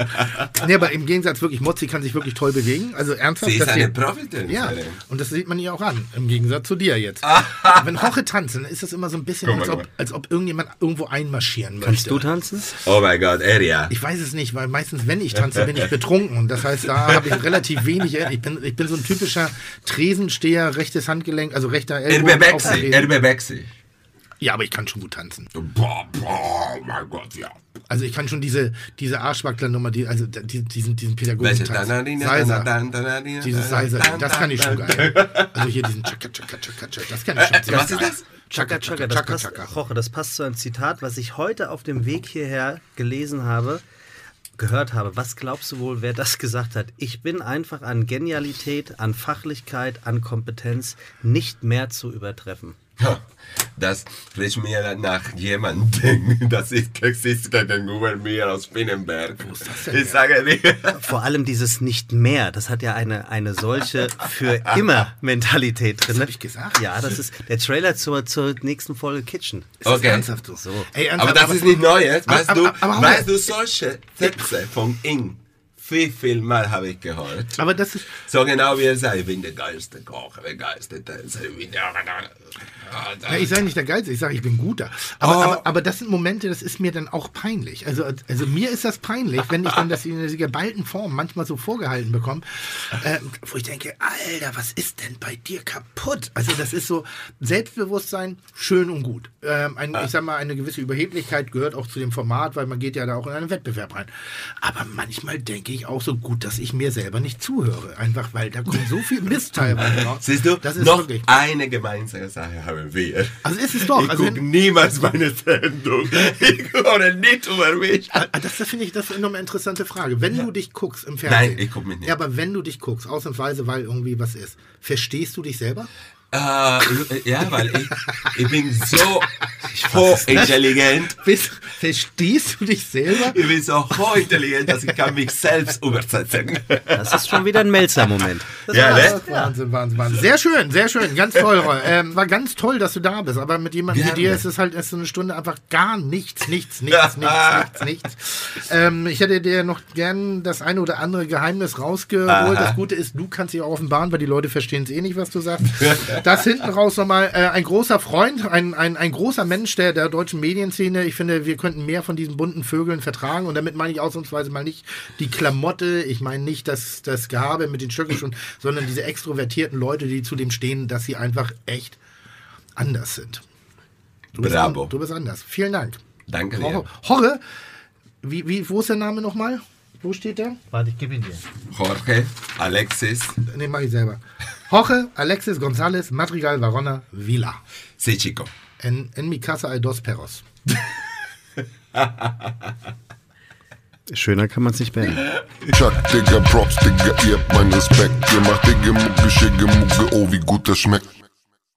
Nee, aber im Gegensatz wirklich, Mozzi kann sich wirklich toll bewegen. Also ernsthaft. Sie ist dass eine sie- Profitänzerin. Ja, und das sieht man ihr auch an, im Gegensatz zu dir jetzt. Wenn Jorge tanzt, dann ist das immer so ein bisschen, Guck mal, als guck ob, mal. als ob irgendjemand irgendwo einmarschieren möchte. Kannst du tanzen? Oh mein Gott, er ja. Ich weiß es nicht, weil meistens, wenn ich tanze, bin ich betrunken. Und das heißt, da habe ich relativ wenig. Ich bin, ich bin so ein typischer Tresensteher, rechtes Handgelenk, also rechter Er Ellbogen. auf bewegt dem sich, Tresen. er bewegt sich. Ja, aber ich kann schon gut tanzen. Boah, boah, oh mein Gott, ja. Also ich kann schon diese, diese Arschwackler-Nummer, die, also die, diesen, diesen Welche? Pädagogen-Tanz. Danarina, Seiser. dan, dan, danarina, Dieses dan, Seiser, dan, das kann ich schon dan, geil. Also hier diesen Chaka, Chaka, Chaka, Chaka, das kann ich schon. Äh, sehr was ist geil. das? Chaka, Chaka, Chaka, das Chaka, passt, Chaka. Jorge, das passt zu einem Zitat, was ich heute auf dem Weg hierher gelesen habe, gehört habe. Was glaubst du wohl, wer das gesagt hat? Ich bin einfach an Genialität, an Fachlichkeit, an Kompetenz nicht mehr zu übertreffen. Ja, das riecht mir nach jemandem, das ist existiert gegenüber mir aus Spinnenberg. Ich sage dir. Vor allem dieses nicht mehr, das hat ja eine, eine solche für immer Mentalität drin. Das hab ich gesagt? Ja, das ist der Trailer zur, zur nächsten Folge Kitchen. Ist das Okay. ernsthaft so? So. Ey, Aber ernsthaft, das ist nicht Neues. Weißt aber- du, aber- aber- weißt du solche Sätze von ihm? Wie viel Mal habe ich gehört? Aber das ist, So genau wie er sagt, ich bin der geilste Koch, der geilste Tänzer, ich bin der... Ja, ich sage nicht der Geilste, ich sage, ich bin guter. Aber, oh. aber, aber das sind Momente, das ist mir dann auch peinlich. Also, also mir ist das peinlich, wenn ich dann das in dieser geballten Form manchmal so vorgehalten bekomme, äh, wo ich denke, Alter, was ist denn bei dir kaputt? Also das ist so, Selbstbewusstsein, schön und gut. Ähm, ein, ich sag mal, eine gewisse Überheblichkeit gehört auch zu dem Format, weil man geht ja da auch in einen Wettbewerb rein. Aber manchmal denke ich auch so gut, dass ich mir selber nicht zuhöre. Einfach, weil da kommt so viel Mist teilweise raus. Siehst du, das ist noch wirklich eine gemeinsame Sache haben wir. Also ist es doch. Ich also gucke niemals meine Sendung. Ich höre nicht über mich. Das, das finde ich, das ist eine interessante Frage. Wenn ja. du dich guckst im Fernsehen. Nein, ich gucke mich nicht. Ja, aber wenn du dich guckst, ausnahmsweise, weil irgendwie was ist, verstehst du dich selber? Äh, ja, weil ich, ich bin so hochintelligent. Bist, verstehst du dich selber? Ich bin so hochintelligent, dass ich kann mich selbst übersetzen. Das ist schon wieder ein Melzer-Moment. Ja, ne? Wahnsinn, Wahnsinn, Wahnsinn. Sehr schön, sehr schön, ganz toll. Ähm, war ganz toll, dass du da bist. Aber mit jemandem wie dir ist es halt erst so eine Stunde einfach gar nichts, nichts, nichts, nichts, nichts, nichts. Ähm, ich hätte dir noch gern das eine oder andere Geheimnis rausgeholt. Aha. Das Gute ist, du kannst dich auch offenbaren, weil die Leute verstehen es eh nicht, was du sagst. Das hinten raus nochmal äh, ein großer Freund, ein, ein, ein großer Mensch der, der deutschen Medienszene. Ich finde, wir könnten mehr von diesen bunten Vögeln vertragen. Und damit meine ich ausnahmsweise mal nicht die Klamotte, ich meine nicht das, das Gehabe mit den Stöcken, sondern diese extrovertierten Leute, die zu dem stehen, dass sie einfach echt anders sind. Du bist Bravo. An, du bist anders. Vielen Dank. Danke dir. Jorge, Jorge wie, wie, wo ist der Name nochmal? Wo steht der? Warte, ich gebe ihn dir. Jorge Alexis. Ne, mach ich selber. Jorge Alexis González Madrigal Varona Vila. Sí, chico. En, en mi casa hay dos perros. Schöner kann man es nicht beenden. Chuck, Digga, Props, Digga, ihr habt meinen Respekt. Ihr macht Digga, Mucke, Schicke, Mucke, oh, wie gut das schmeckt.